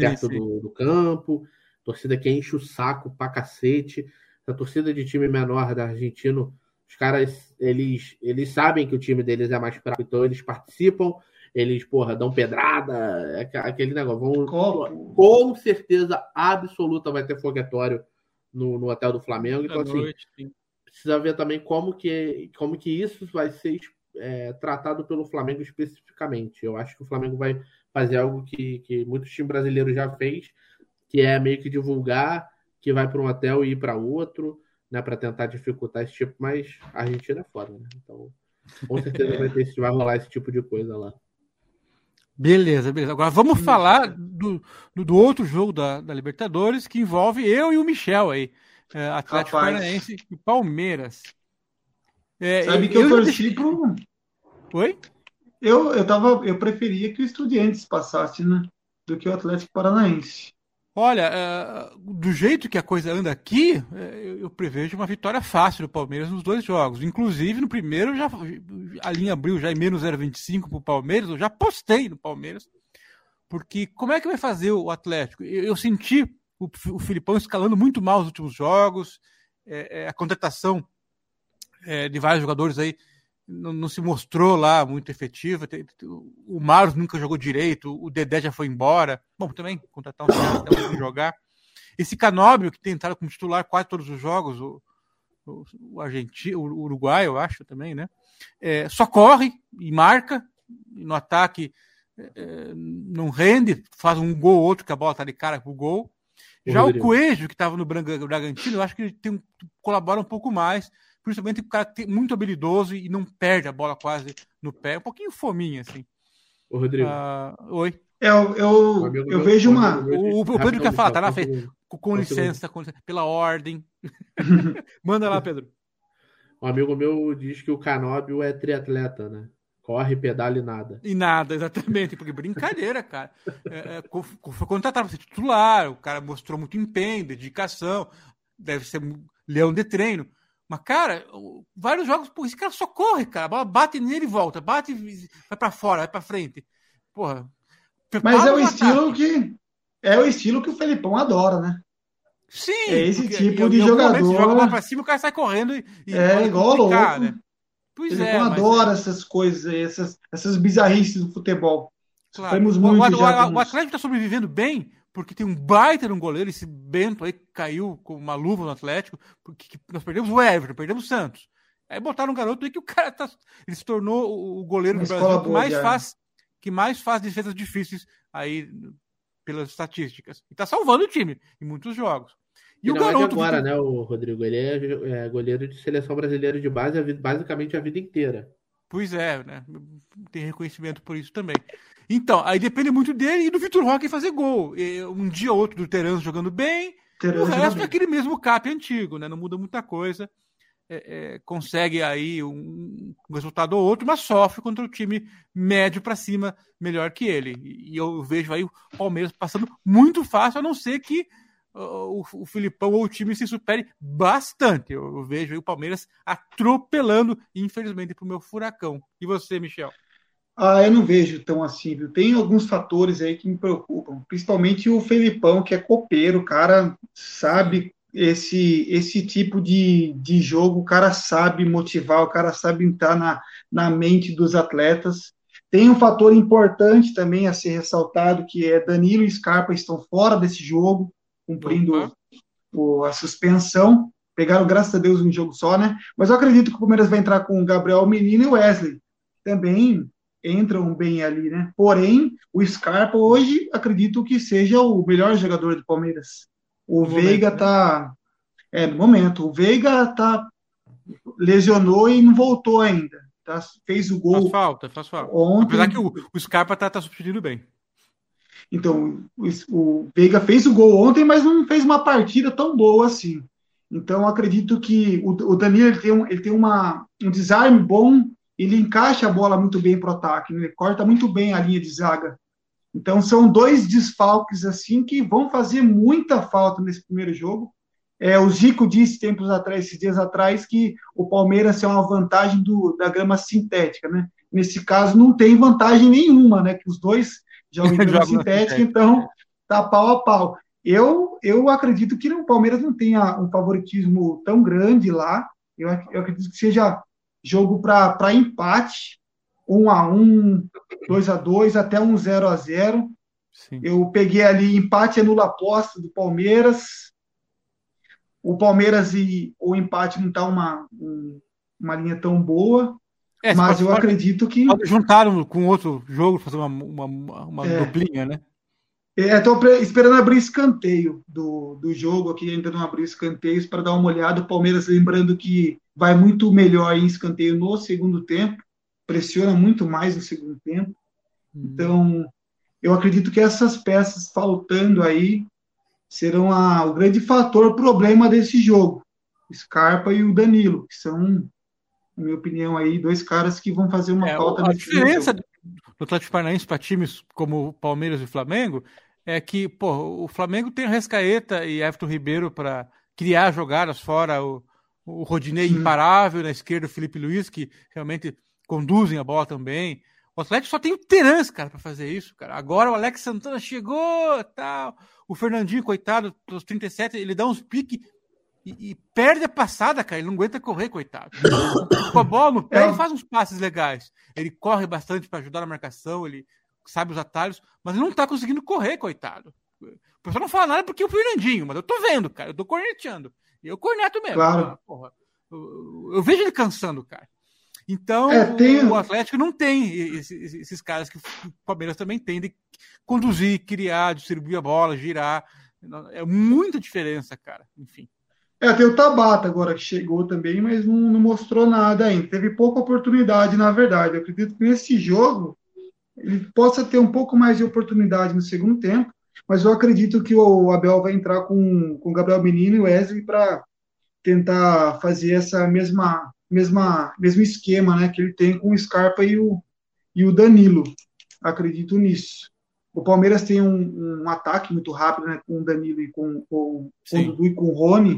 campo, torcida que enche o saco pra cacete. A torcida de time menor da Argentina, os caras, eles sabem que o time deles é mais fraco, então eles participam, eles, dão pedrada, aquele negócio. Com certeza absoluta vai ter foguetório no hotel do Flamengo. Então, precisa ver também como que isso vai ser tratado pelo Flamengo especificamente. Eu acho que o Flamengo vai fazer algo que muitos times brasileiros já fez, que é meio que divulgar que vai para um hotel e ir para outro, né, para tentar dificultar esse tipo, mas a Argentina é foda, né? Então, com certeza vai rolar esse tipo de coisa lá. Beleza. Agora vamos falar do outro jogo da Libertadores, que envolve eu e o Michel aí, Atlético Paranaense e Palmeiras. Sabe que eu torci pro... Oi? Eu preferia que o Estudiantes passasse, né, do que o Atlético Paranaense. Olha, do jeito que a coisa anda aqui, eu prevejo uma vitória fácil do Palmeiras nos dois jogos. Inclusive, no primeiro, a linha abriu já em menos 0,25 para o Palmeiras. Eu já postei no Palmeiras. Porque como é que vai fazer o Atlético? Eu senti o Filipão escalando muito mal os últimos jogos. A contratação de vários jogadores aí não se mostrou lá muito efetiva. O Marlos nunca jogou direito, o Dedé já foi embora. Bom, também contratar um cara que não jogar. Esse Canóbio, que tem entrado como titular quase todos os jogos, o argentino, o Uruguai, eu acho também, né? Só corre e marca, e no ataque não rende, faz um gol ou outro que a bola tá de cara pro gol. Já o Coelho, que estava no Bragantino, eu acho que ele colabora um pouco mais, principalmente o cara é muito habilidoso e não perde a bola quase no pé. Um pouquinho fominha, assim. Ô, Rodrigo. Oi. Eu vejo uma... O Pedro quer falar, tá na frente. Com licença, pela ordem. Manda lá, Pedro. Um amigo meu diz que o Canóbio é triatleta, né? Corre, pedala e nada. E nada, exatamente. Porque brincadeira, cara. Foi contratado para ser titular, o cara mostrou muito empenho, dedicação, deve ser leão de treino. Mas, cara, vários jogos, esse cara só corre, cara. A bola bate nele e volta. Bate, vai pra fora, vai pra frente. Porra. Mas é o estilo que o Felipão adora, né? Sim. É esse tipo de jogador. Você joga a bola pra cima, o cara sai correndo e igual louco. Né? Pois Felipão adora essas coisas, essas bizarrices do futebol. Claro. O Atlético tá sobrevivendo bem, porque tem um baita no goleiro, esse Bento aí caiu com uma luva no Atlético, porque nós perdemos o Everton, perdemos o Santos. Aí botaram um garoto aí que o cara ele se tornou o goleiro do Brasil que mais faz defesas difíceis aí pelas estatísticas. E tá salvando o time em muitos jogos. E o garoto agora, né, o Rodrigo? Ele é goleiro de seleção brasileira de base basicamente a vida inteira. Pois é, né? Tem reconhecimento por isso também. Então, aí depende muito dele e do Vitor Roque fazer gol. Um dia ou outro do Teranzo jogando bem, o resto é aquele mesmo cap antigo, né? Não muda muita coisa. consegue aí um resultado ou outro, mas sofre contra o time médio para cima, melhor que ele. E eu vejo aí o Palmeiras passando muito fácil, a não ser que o Filipão ou o time se supere bastante. Eu vejo aí o Palmeiras atropelando, infelizmente, para o meu Furacão. E você, Michel? Eu não vejo tão assim, viu? Tem alguns fatores aí que me preocupam, principalmente o Felipão, que é copeiro, o cara sabe esse tipo de jogo, o cara sabe motivar, o cara sabe entrar na mente dos atletas. Tem um fator importante também a ser ressaltado, que é Danilo e Scarpa estão fora desse jogo, cumprindo a suspensão. Pegaram, graças a Deus, um jogo só, né? Mas eu acredito que o Palmeiras vai entrar com o Gabriel Menino e o Wesley. Também entram bem ali, né? Porém, o Scarpa hoje acredito que seja o melhor jogador do Palmeiras. O Veiga tá. No momento. O Veiga lesionou e não voltou ainda. Fez o gol. Faz falta. Ontem. Apesar que o Scarpa tá substituindo bem. Então, o Veiga fez o gol ontem, mas não fez uma partida tão boa assim. Então, acredito que o Danilo ele tem um desarme bom, ele encaixa a bola muito bem para o ataque, né? Ele corta muito bem a linha de zaga. Então, são dois desfalques assim que vão fazer muita falta nesse primeiro jogo. O Zico disse esses dias atrás, que o Palmeiras é uma vantagem da grama sintética, né? Nesse caso, não tem vantagem nenhuma, né? Que os dois jogam em grama sintética, então tá pau a pau. Eu acredito que o Palmeiras não tenha um favoritismo tão grande lá. Eu acredito que seja jogo para empate, 1-1, 2-2, até 0-0. Eu peguei ali empate anula a aposta do Palmeiras. O Palmeiras e o empate não está uma linha tão boa, mas eu acredito que... Juntaram com outro jogo, fazer uma duplinha, né? Estou esperando abrir escanteio do jogo aqui, ainda não abri escanteios para dar uma olhada. O Palmeiras, lembrando que vai muito melhor em escanteio no segundo tempo, pressiona muito mais no segundo tempo. Então, eu acredito que essas peças faltando aí serão o grande problema desse jogo. O Scarpa e o Danilo, que são, na minha opinião, aí, dois caras que vão fazer uma falta nesse jogo. A diferença do Atlético Paranaense para times como o Palmeiras e o Flamengo é que, o Flamengo tem Arrascaeta e Everton Ribeiro para criar jogadas, fora o Rodinei imparável, na esquerda o Felipe Luiz, que realmente conduzem a bola também. O Atlético só tem o Terence, cara, para fazer isso, cara. Agora o Alex Santana chegou, tal. O Fernandinho, coitado, aos 37, ele dá uns piques e perde a passada, cara. Ele não aguenta correr, coitado. Com a bola no pé, ele faz uns passes legais. Ele corre bastante para ajudar na marcação, ele sabe os atalhos, mas ele não tá conseguindo correr, coitado. O pessoal não fala nada porque é o Fernandinho, mas eu tô vendo, cara. Eu tô corneteando. Eu corneto mesmo. Claro. Porra. Eu vejo ele cansando, cara. Então, o Atlético não tem esses caras que o Palmeiras também tem de conduzir, criar, distribuir a bola, girar. É muita diferença, cara. Enfim. Tem o Tabata agora que chegou também, mas não mostrou nada ainda. Teve pouca oportunidade, na verdade. Eu acredito que nesse jogo ele possa ter um pouco mais de oportunidade no segundo tempo, mas eu acredito que o Abel vai entrar com o Gabriel Menino e o Wesley para tentar fazer essa mesmo esquema, né, que ele tem com o Scarpa e o Danilo. Acredito nisso. O Palmeiras tem um ataque muito rápido, né, com o Danilo e com o Dudu e com o Rony.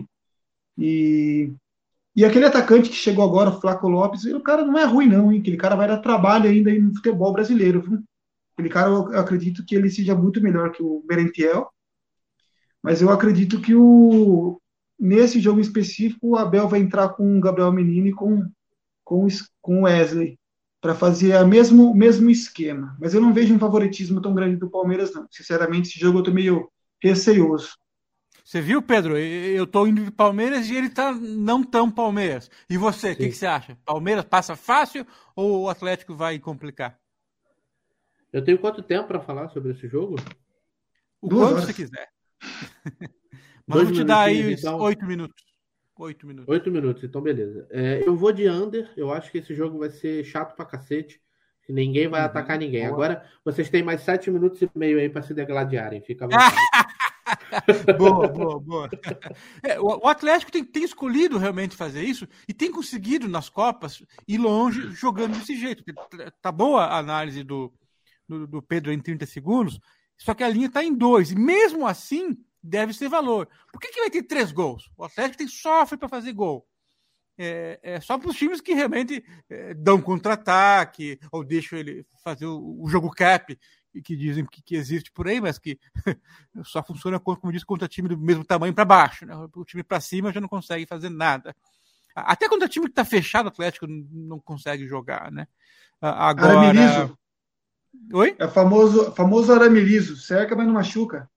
E aquele atacante que chegou agora, o Flaco Lopes, o cara não é ruim não, hein? Aquele cara vai dar trabalho ainda aí no futebol brasileiro, viu? Aquele cara, eu acredito que ele seja muito melhor que o Merentiel, mas eu acredito que nesse jogo específico o Abel vai entrar com o Gabriel Menino e com o Wesley para fazer o mesmo esquema. Mas eu não vejo um favoritismo tão grande do Palmeiras, não. Sinceramente, esse jogo eu tô meio receoso. Você viu, Pedro? Eu tô indo de Palmeiras e ele tá não tão Palmeiras. E você, o que você acha? Palmeiras passa fácil ou o Atlético vai complicar? Eu tenho quanto tempo para falar sobre esse jogo? O quanto você quiser. Mas eu vou te dar aí então... 8 minutos. 8 minutos. 8 minutos, então beleza. Eu vou de under. Eu acho que esse jogo vai ser chato pra cacete. Que ninguém vai atacar ninguém. Agora vocês têm mais 7 minutos e meio aí para se degladiarem. Fica à vontade. Boa. O Atlético tem escolhido realmente fazer isso e tem conseguido nas Copas ir longe jogando desse jeito. Tá boa a análise do Pedro em 30 segundos, só que a linha está em 2. E mesmo assim, deve ser valor. Por que vai ter 3 gols? O Atlético sofre para fazer gol. É só para os times que realmente dão contra-ataque ou deixam ele fazer o jogo cap, que dizem que existe por aí, mas que só funciona, como disse, contra time do mesmo tamanho para baixo. Né? O time para cima já não consegue fazer nada. Até contra time que está fechado, o Atlético não consegue jogar. Né? Agora... Aramilizo. Oi? É famoso arame liso. Cerca, mas não machuca.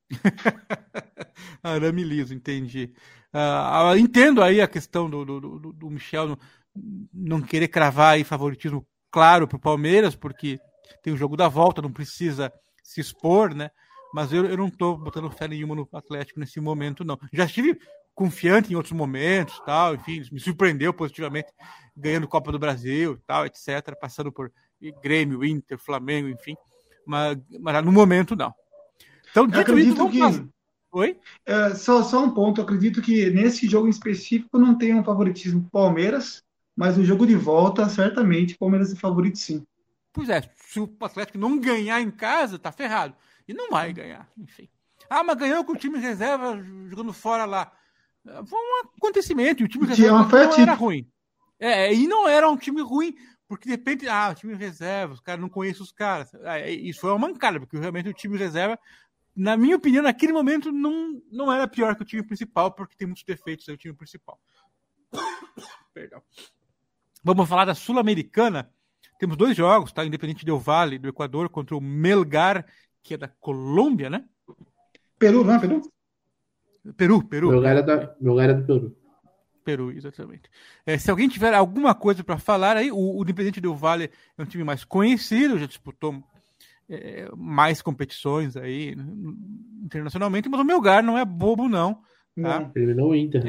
Arame liso, entendi. Entendo aí a questão do Michel não querer cravar aí favoritismo claro para o Palmeiras, porque tem o jogo da volta, não precisa se expor, né? Mas eu não estou botando fé nenhuma no Atlético nesse momento, não. Já estive confiante em outros momentos, tal, enfim, me surpreendeu positivamente, ganhando Copa do Brasil, tal, etc., passando por Grêmio, Inter, Flamengo, enfim. Mas no momento, não. Então, eu acredito que... Oi? Só um ponto. Eu acredito que nesse jogo em específico não tem um favoritismo pro Palmeiras, mas no jogo de volta, certamente, o Palmeiras é favorito sim. Pois é, se o Atlético não ganhar em casa, tá ferrado. E não vai ganhar, enfim. Mas ganhou com o time reserva jogando fora lá. Foi um acontecimento, e o time reserva não era ruim. E não era um time ruim, porque de repente, o time reserva, os caras não conhecem os caras. Isso foi uma mancada, porque realmente o time reserva, na minha opinião, naquele momento, não era pior que o time principal, porque tem muitos defeitos aí o time principal. Perdão. Vamos falar da Sul-Americana. Temos 2 jogos, tá? Independente Del Valle, do Equador, contra o Melgar, que é da Colômbia, né? Peru, não é Peru? Peru. Melgar é do Peru. Peru, exatamente. Se alguém tiver alguma coisa para falar aí, o Independente Del Valle é um time mais conhecido, já disputou mais competições aí internacionalmente, mas o Melgar não é bobo, não. Tá? Terminou o Inter.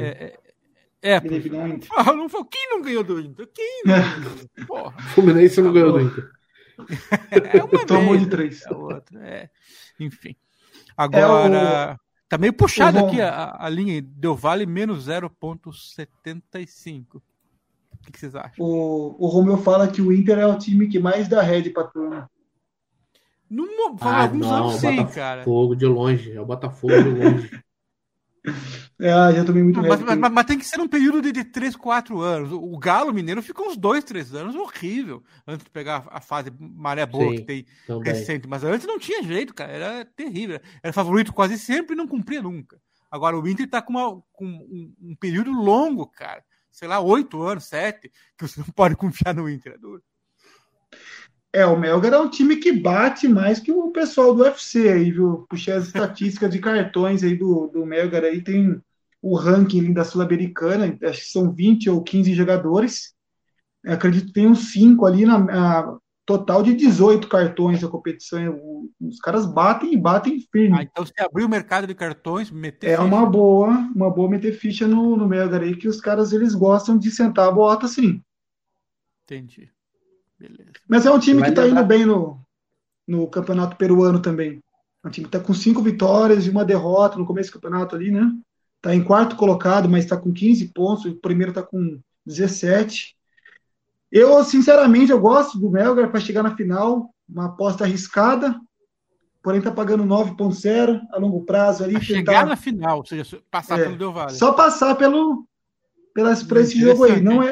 Quem não ganhou do Inter? Quem não ganhou do Inter? Porra. Fluminense não ganhou do Inter. Tomou de 3. Enfim. Agora, tá meio puxado aqui a linha Del Valle menos 0,75. O que vocês acham? O Romeu fala que o Inter é o time que mais dá head pra turma. Alguns anos sim, cara. Botafogo de longe. É o Botafogo de longe. Já tomei muito mas tem que ser um período de 3, 4 anos. O Galo Mineiro ficou uns 2, 3 anos horrível antes de pegar a fase maré boa que tem recente. Mas antes não tinha jeito, cara. Era terrível. Era favorito quase sempre e não cumpria nunca. Agora o Inter tá com um período longo, cara. Sei lá, 8 anos, 7, que você não pode confiar no Inter. É duro. O Melgar é um time que bate mais que o pessoal do UFC aí, viu? Puxei as estatísticas de cartões aí do Melgar aí, tem o ranking da Sul-Americana, acho que são 20 ou 15 jogadores. Eu acredito que tem uns 5 ali, total de 18 cartões da competição. Os caras batem e batem firme. Então, se abrir o mercado de cartões, meter ficha. Uma boa meter ficha no Melgar aí, que os caras eles gostam de sentar a bota assim. Entendi. Beleza. Mas é um time que está indo bem no campeonato peruano também. É um time que está com 5 vitórias e 1 derrota no começo do campeonato ali, né? Está em 4º colocado, mas está com 15 pontos. O primeiro está com 17. Eu, sinceramente, eu gosto do Melgar para chegar na final. Uma aposta arriscada, porém está pagando 9,0 a longo prazo ali. Pra chegar na final, ou seja, passar pelo Del Valle. Só passar por esse jogo aí. Não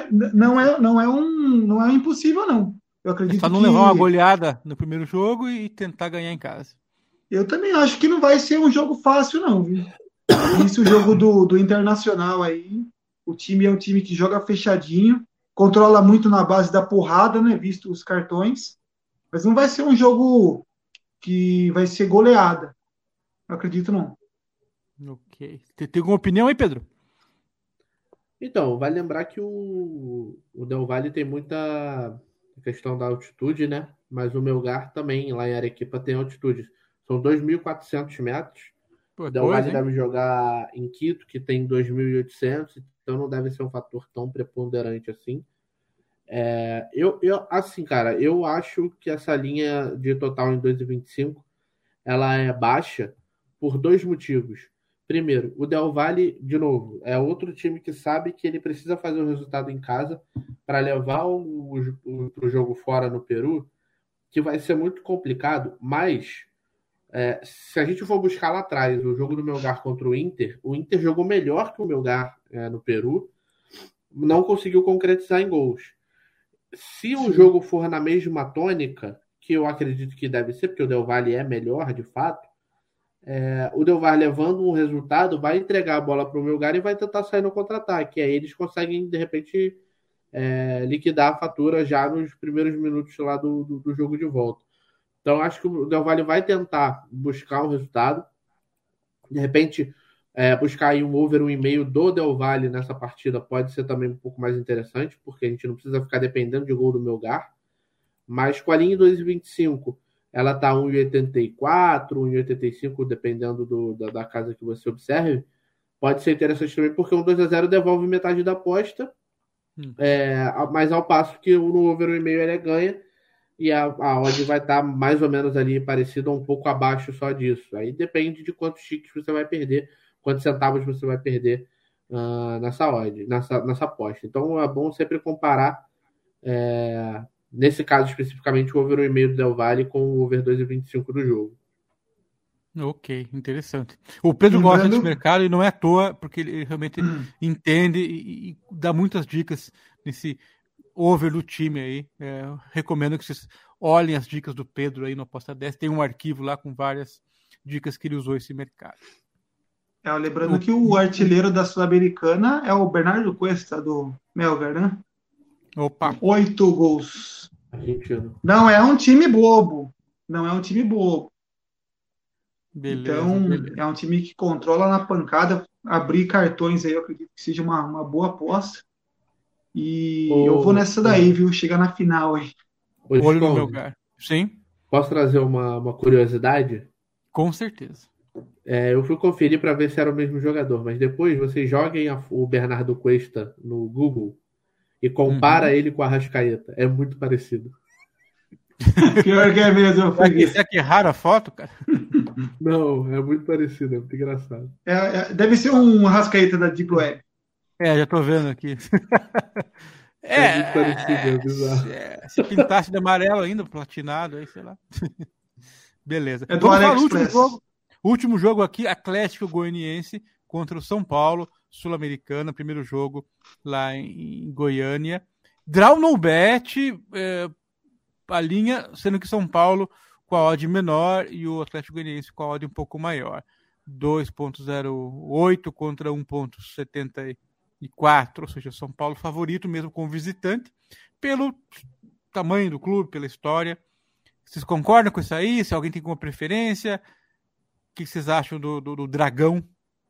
é impossível, não. Eu acredito só não levar uma goleada no primeiro jogo e tentar ganhar em casa. Eu também acho que não vai ser um jogo fácil, não, viu? Isso, o jogo do Internacional aí. O time é um time que joga fechadinho, controla muito na base da porrada, né? Visto os cartões. Mas não vai ser um jogo que vai ser goleada. Não acredito, não. Ok. Tem alguma opinião aí, Pedro? Então, vale lembrar que o Del Valle tem muita questão da altitude, né? Mas o Melgar também, lá em Arequipa, tem altitude. São 2.400 metros. O Del Valle deve jogar em Quito, que tem 2.800, então não deve ser um fator tão preponderante assim. Assim, cara, eu acho que essa linha de total em 2,25 ela é baixa, por 2 motivos. Primeiro, o Del Valle, de novo, é outro time que sabe que ele precisa fazer o resultado em casa para levar o jogo fora no Peru, que vai ser muito complicado, mas se a gente for buscar lá atrás o jogo do Melgar contra o Inter jogou melhor que o Melgar no Peru, não conseguiu concretizar em gols. Se o jogo for na mesma tônica, que eu acredito que deve ser, porque o Del Valle é melhor, de fato, o Del Valle levando um resultado, vai entregar a bola para o Melgar e vai tentar sair no contra-ataque. Aí eles conseguem, de repente, liquidar a fatura já nos primeiros minutos lá do jogo de volta. Então, acho que o Del Valle vai tentar buscar um resultado. De repente, buscar aí um over 1,5 do Del Valle nessa partida pode ser também um pouco mais interessante, porque a gente não precisa ficar dependendo de gol do Melgar. Mas com a linha 2,25, ela está 1,84, 1,85, dependendo da casa que você observe. Pode ser interessante também, porque um 2-0 devolve metade da aposta, mas ao passo que no over 1,5 ele ganha, e a odd vai estar mais ou menos ali parecida, um pouco abaixo só disso. Aí depende de quantos tickets você vai perder, quantos centavos você vai perder nessa odd, nessa aposta. Então é bom sempre comparar, nesse caso especificamente, o over 1,5 do Del Valle com o over 2,25 do jogo. Ok, interessante. O Pedro gosta desse mercado e não é à toa, porque ele realmente entende e dá muitas dicas nesse over do time aí. Recomendo que vocês olhem as dicas do Pedro aí no Aposta 10. Tem um arquivo lá com várias dicas que ele usou esse mercado. Lembrando que o artilheiro da Sul-Americana é o Bernardo Cuesta, do Melgar, né? Opa! 8 gols. Argentino. Não é um time bobo. Beleza, então, beleza. é um time que controla na pancada. Abrir cartões aí, eu acredito que seja uma boa aposta. E eu vou nessa daí, viu? Chegar na final aí. Olho no Melgar. Sim. Posso trazer uma curiosidade? Com certeza. Eu fui conferir para ver se era o mesmo jogador, mas depois vocês joguem o Bernardo Cuesta no Google e compara ele com a Arrascaeta. É muito parecido. Pior que é mesmo. Será que erraram a foto, cara? Não, é muito parecido, é muito engraçado. Deve ser um Arrascaeta da Deep Web. Já tô vendo aqui. É muito parecido, é bizarro. Se pintasse de amarelo ainda, platinado, aí sei lá. Beleza. É do AliExpress. Último jogo aqui, Atlético Goianiense contra o São Paulo, Sul-Americana, primeiro jogo lá em Goiânia. Draw no bet, a linha, sendo que São Paulo com a odd menor e o Atlético Goianiense com a odd um pouco maior. 2,08 contra 1,74, ou seja, São Paulo favorito mesmo com visitante, pelo tamanho do clube, pela história. Vocês concordam com isso aí? Se alguém tem alguma preferência? O que vocês acham do Dragão?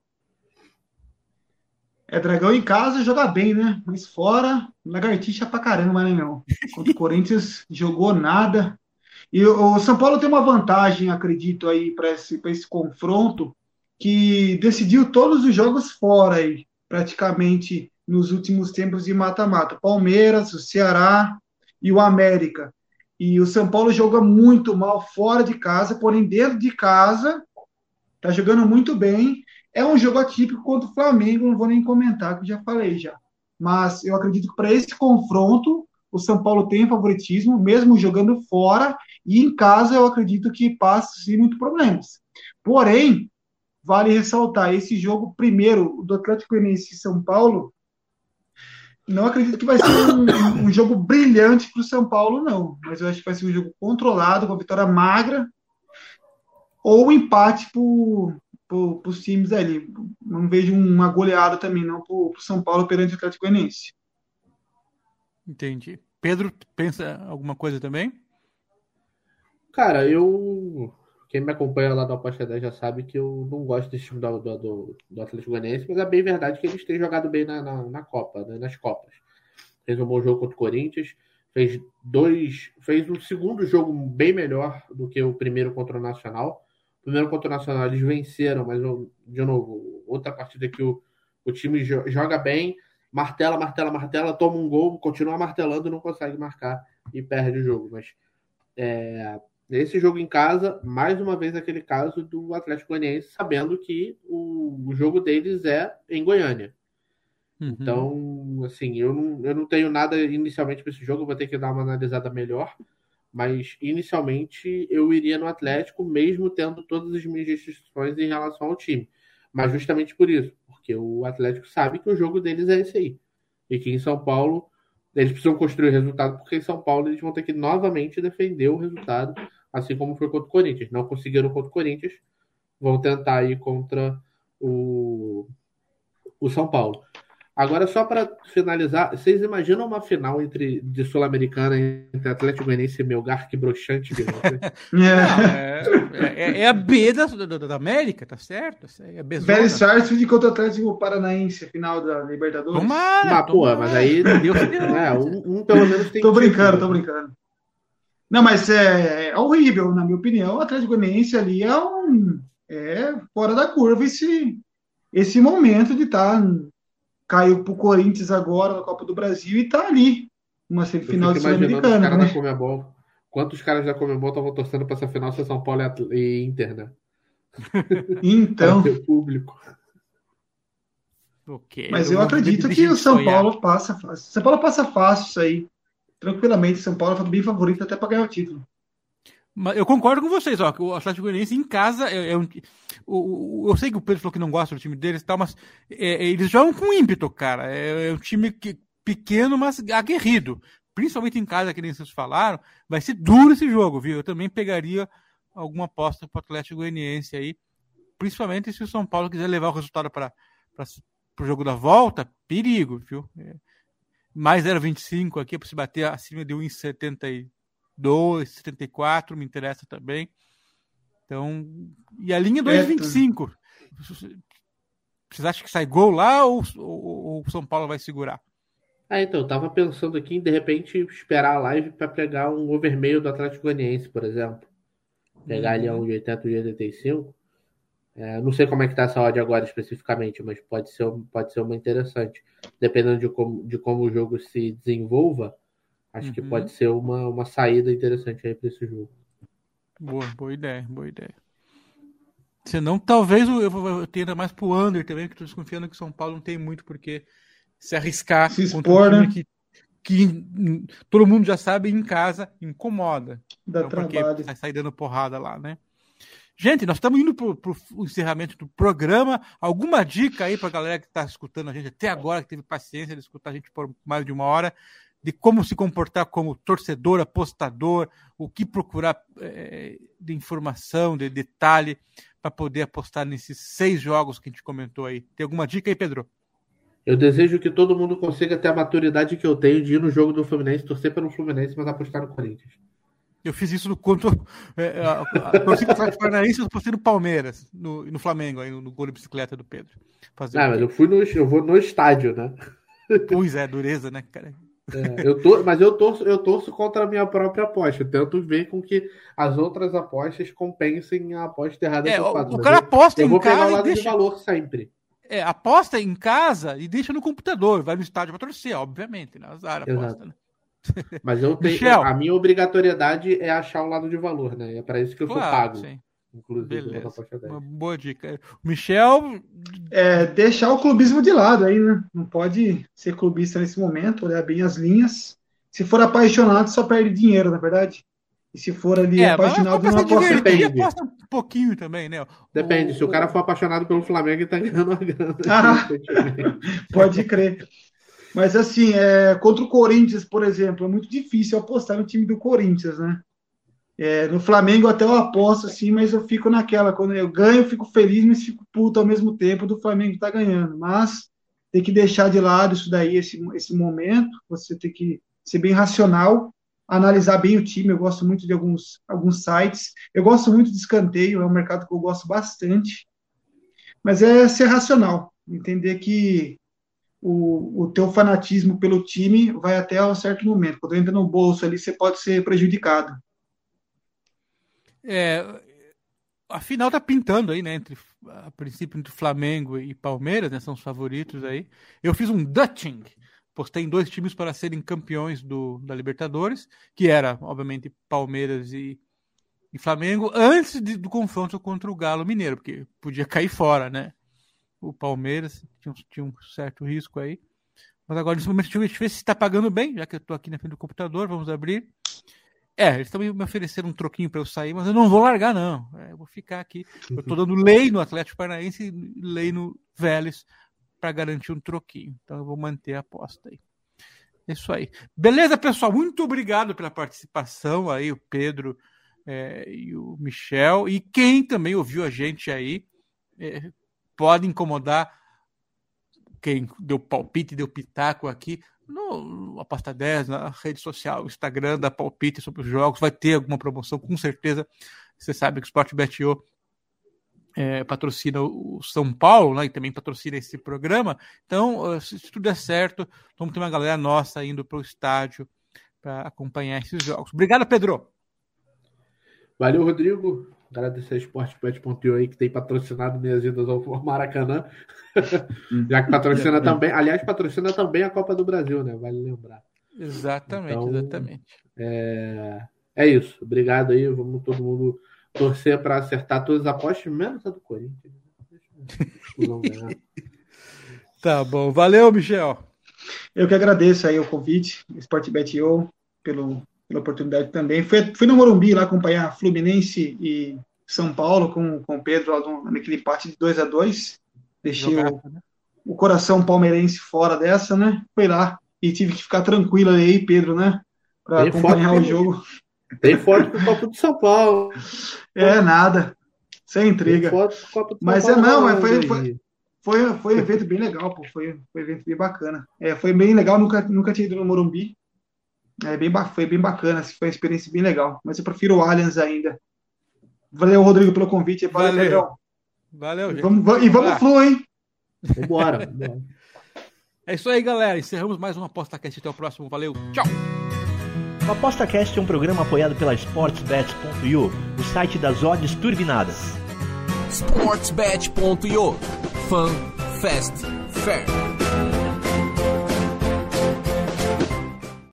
Dragão em casa joga bem, né? Mas fora, lagartixa pra caramba, né, meu? Contra o Corinthians jogou nada. E o São Paulo tem uma vantagem, acredito, aí para esse confronto, que decidiu todos os jogos fora aí, praticamente nos últimos tempos de mata-mata. Palmeiras, o Ceará e o América. E o São Paulo joga muito mal fora de casa, porém dentro de casa tá jogando muito bem. É um jogo atípico contra o Flamengo, não vou nem comentar, que eu já falei já. Mas eu acredito que para esse confronto, o São Paulo tem favoritismo, mesmo jogando fora, e em casa eu acredito que passa sem muitos problemas. Porém, vale ressaltar, esse jogo primeiro, do Atlético Goianiense e São Paulo, não acredito que vai ser um jogo brilhante para o São Paulo, não. Mas eu acho que vai ser um jogo controlado, com a vitória magra, ou empate para os times ali. Não vejo uma goleada também, não, para o São Paulo perante o Atlético Goianiense. Entendi. Pedro, pensa alguma coisa também? Cara, quem me acompanha lá do Aposta 10 já sabe que eu não gosto desse time do Atlético Goianiense, mas é bem verdade que eles têm jogado bem na Copa, né, nas Copas. Fez um bom jogo contra o Corinthians, fez um segundo jogo bem melhor do que o primeiro contra o Nacional. O primeiro contra o Nacional eles venceram, mas, de novo, outra partida que o time joga bem, martela, toma um gol, continua martelando, não consegue marcar e perde o jogo. Mas Nesse jogo em casa, mais uma vez aquele caso do Atlético Goianiense, sabendo que o jogo deles é em Goiânia. Então, assim, eu não tenho nada inicialmente para esse jogo, eu vou ter que dar uma analisada melhor, mas inicialmente eu iria no Atlético, mesmo tendo todas as minhas restrições em relação ao time. Mas justamente por isso, porque o Atlético sabe que o jogo deles é esse aí. E que em São Paulo, eles precisam construir o resultado, porque em São Paulo eles vão ter que novamente defender o resultado, assim como foi contra o Corinthians. Não conseguiram contra o Corinthians, vão tentar ir contra o São Paulo. Agora, só para finalizar, vocês imaginam uma final de Sul-Americana entre Atlético Goianiense e Melgar? Que broxante. É a B da América, tá certo? É a Velho Sarsfield contra o Atlético Paranaense, final da Libertadores. Mas aí pelo menos tem. Tô brincando. Não, mas é horrível, na minha opinião. O Atlético Goianiense ali é fora da curva esse momento de estar. Caiu pro Corinthians agora na Copa do Brasil e tá ali. Uma semifinal de Sul-Americana. Né? Quantos caras da Conmebol estavam torcendo para essa final ser São Paulo e Inter, né? Então. Público. Okay, mas eu acredito que o São Paulo passa fácil. São Paulo passa fácil isso aí. Tranquilamente. São Paulo é bem favorito até para ganhar o título. Mas eu concordo com vocês, ó, que o Atlético Goianiense em casa eu sei que o Pedro falou que não gosta do time deles e tal, mas eles jogam com ímpeto, cara. É um time pequeno, mas aguerrido. Principalmente em casa, que nem vocês falaram, vai ser duro esse jogo, viu? Eu também pegaria alguma aposta pro Atlético Goianiense aí, principalmente se o São Paulo quiser levar o resultado para o jogo da volta, perigo, viu? Mais 0,25 aqui para se bater acima de 1,72, 74, me interessa também. Então, e a linha 2,25. Vocês acham que sai gol lá ou o São Paulo vai segurar? Então, eu tava pensando aqui em, de repente, esperar a live para pegar um over meio do Atlético Goianiense, por exemplo. Pegar ali a 1,80, 1,85. Não sei como é que tá essa odd agora especificamente, mas pode ser uma interessante. Dependendo de como o jogo se desenvolva, acho que pode ser uma saída interessante aí para esse jogo. Boa ideia. Senão, talvez eu tenda mais pro under também, porque estou desconfiando que o São Paulo não tem muito porque se arriscar se expor, contra um time que todo mundo já sabe, em casa incomoda. Dá trabalho. Porque vai sair dando porrada lá, né? Gente, nós estamos indo pro encerramento do programa. Alguma dica aí pra galera que está escutando a gente até agora, que teve paciência de escutar a gente por mais de uma hora, de como se comportar como torcedor, apostador, o que procurar de informação, de detalhe, para poder apostar nesses 6 jogos que a gente comentou aí. Tem alguma dica aí, Pedro? Eu desejo que todo mundo consiga ter a maturidade que eu tenho de ir no jogo do Fluminense, torcer pelo Fluminense, mas apostar no Corinthians. Eu fiz isso contra a torcida do Atlético Paranaense, eu postei no Palmeiras, no Flamengo, aí no gol de bicicleta do Pedro. Mas eu vou no estádio, né? Pois é, dureza, né, cara? Eu torço contra a minha própria aposta. Eu tento ver com que as outras apostas compensem a aposta errada que eu faço. O cara aposta em casa. Eu vou pegar o lado de valor sempre. Aposta em casa e deixa no computador. Vai no estádio para torcer, obviamente. Né? Azar, aposta, né? Mas eu tenho. A minha obrigatoriedade é achar o lado de valor, né? É para isso que eu sou pago. Sim. Inclusive, uma boa dica. Michel. Deixar o clubismo de lado aí, né? Não pode ser clubista nesse momento, olhar bem as linhas. Se for apaixonado, só perde dinheiro, na verdade. E se for ali apaixonado, não aposta. Depende. Aposta um pouquinho também, né? Depende. Se o cara for apaixonado pelo Flamengo, ele tá ganhando uma grana. Pode crer. Mas assim, contra o Corinthians, por exemplo, é muito difícil apostar no time do Corinthians, né? No Flamengo até eu aposto assim, mas eu fico naquela, quando eu ganho eu fico feliz, mas fico puto ao mesmo tempo do Flamengo estar ganhando, mas tem que deixar de lado isso daí, esse momento, você tem que ser bem racional, analisar bem o time. Eu gosto muito de alguns sites, eu gosto muito de escanteio, é um mercado que eu gosto bastante, mas é ser racional, entender que o teu fanatismo pelo time vai até um certo momento, quando entra no bolso ali você pode ser prejudicado. A final tá pintando aí, né? A princípio entre Flamengo e Palmeiras, né? São os favoritos aí. Eu fiz um Dutching, postei em 2 times para serem campeões da Libertadores, que era, obviamente, Palmeiras e em Flamengo antes do confronto contra o Galo Mineiro, porque podia cair fora, né? O Palmeiras tinha um certo risco aí. Mas agora, nesse momento, deixa eu ver se está pagando bem, já que eu estou aqui na frente do computador. Vamos abrir. Eles estão me oferecendo um troquinho para eu sair, mas eu não vou largar, não. Eu vou ficar aqui. Eu estou dando lei no Atlético Paranaense e lei no Vélez para garantir um troquinho. Então eu vou manter a aposta aí. É isso aí. Beleza, pessoal? Muito obrigado pela participação aí, o Pedro e o Michel. E quem também ouviu a gente aí, pode incomodar quem deu palpite, deu pitaco aqui, no Aposta 10, na rede social, Instagram, dá palpite sobre os jogos, vai ter alguma promoção, com certeza. Você sabe que o Sportbet.io patrocina o São Paulo, né, e também patrocina esse programa. Então, se tudo der certo, vamos ter uma galera nossa indo para o estádio para acompanhar esses jogos. Obrigado, Pedro. Valeu, Rodrigo. Agradecer a Sportbet.io aí que tem patrocinado minhas idas ao Maracanã. Já que patrocina também. Aliás, patrocina também a Copa do Brasil, né? Vale lembrar. Exatamente, então, exatamente. É isso. Obrigado aí. Vamos todo mundo torcer para acertar todas as apostas, menos a do Corinthians. Tá bom. Valeu, Michel. Eu que agradeço aí o convite, Sportbet.io, pela oportunidade também. Fui no Morumbi lá acompanhar Fluminense e São Paulo com o Pedro lá naquele empate de 2-2. Deixei o coração palmeirense fora dessa, né? Fui lá e tive que ficar tranquilo aí, Pedro, né? Para acompanhar o jogo. Tem foto do Copa de São Paulo. Nada. Sem intriga. Mas foi um evento bem legal, pô. Foi um evento bem bacana. Foi bem legal, nunca tinha ido no Morumbi. Foi bem bacana, foi uma experiência bem legal. Mas eu prefiro o Allianz ainda. Valeu, Rodrigo, pelo convite. Valeu, Pedrão. Valeu, gente. Vamos Flu, hein? Vambora. É isso aí, galera. Encerramos mais um ApostaCast. Até o próximo. Valeu. Tchau. O ApostaCast é um programa apoiado pela SportsBet.io, o site das odds turbinadas. SportsBet.io. Fun, Fast, Fair.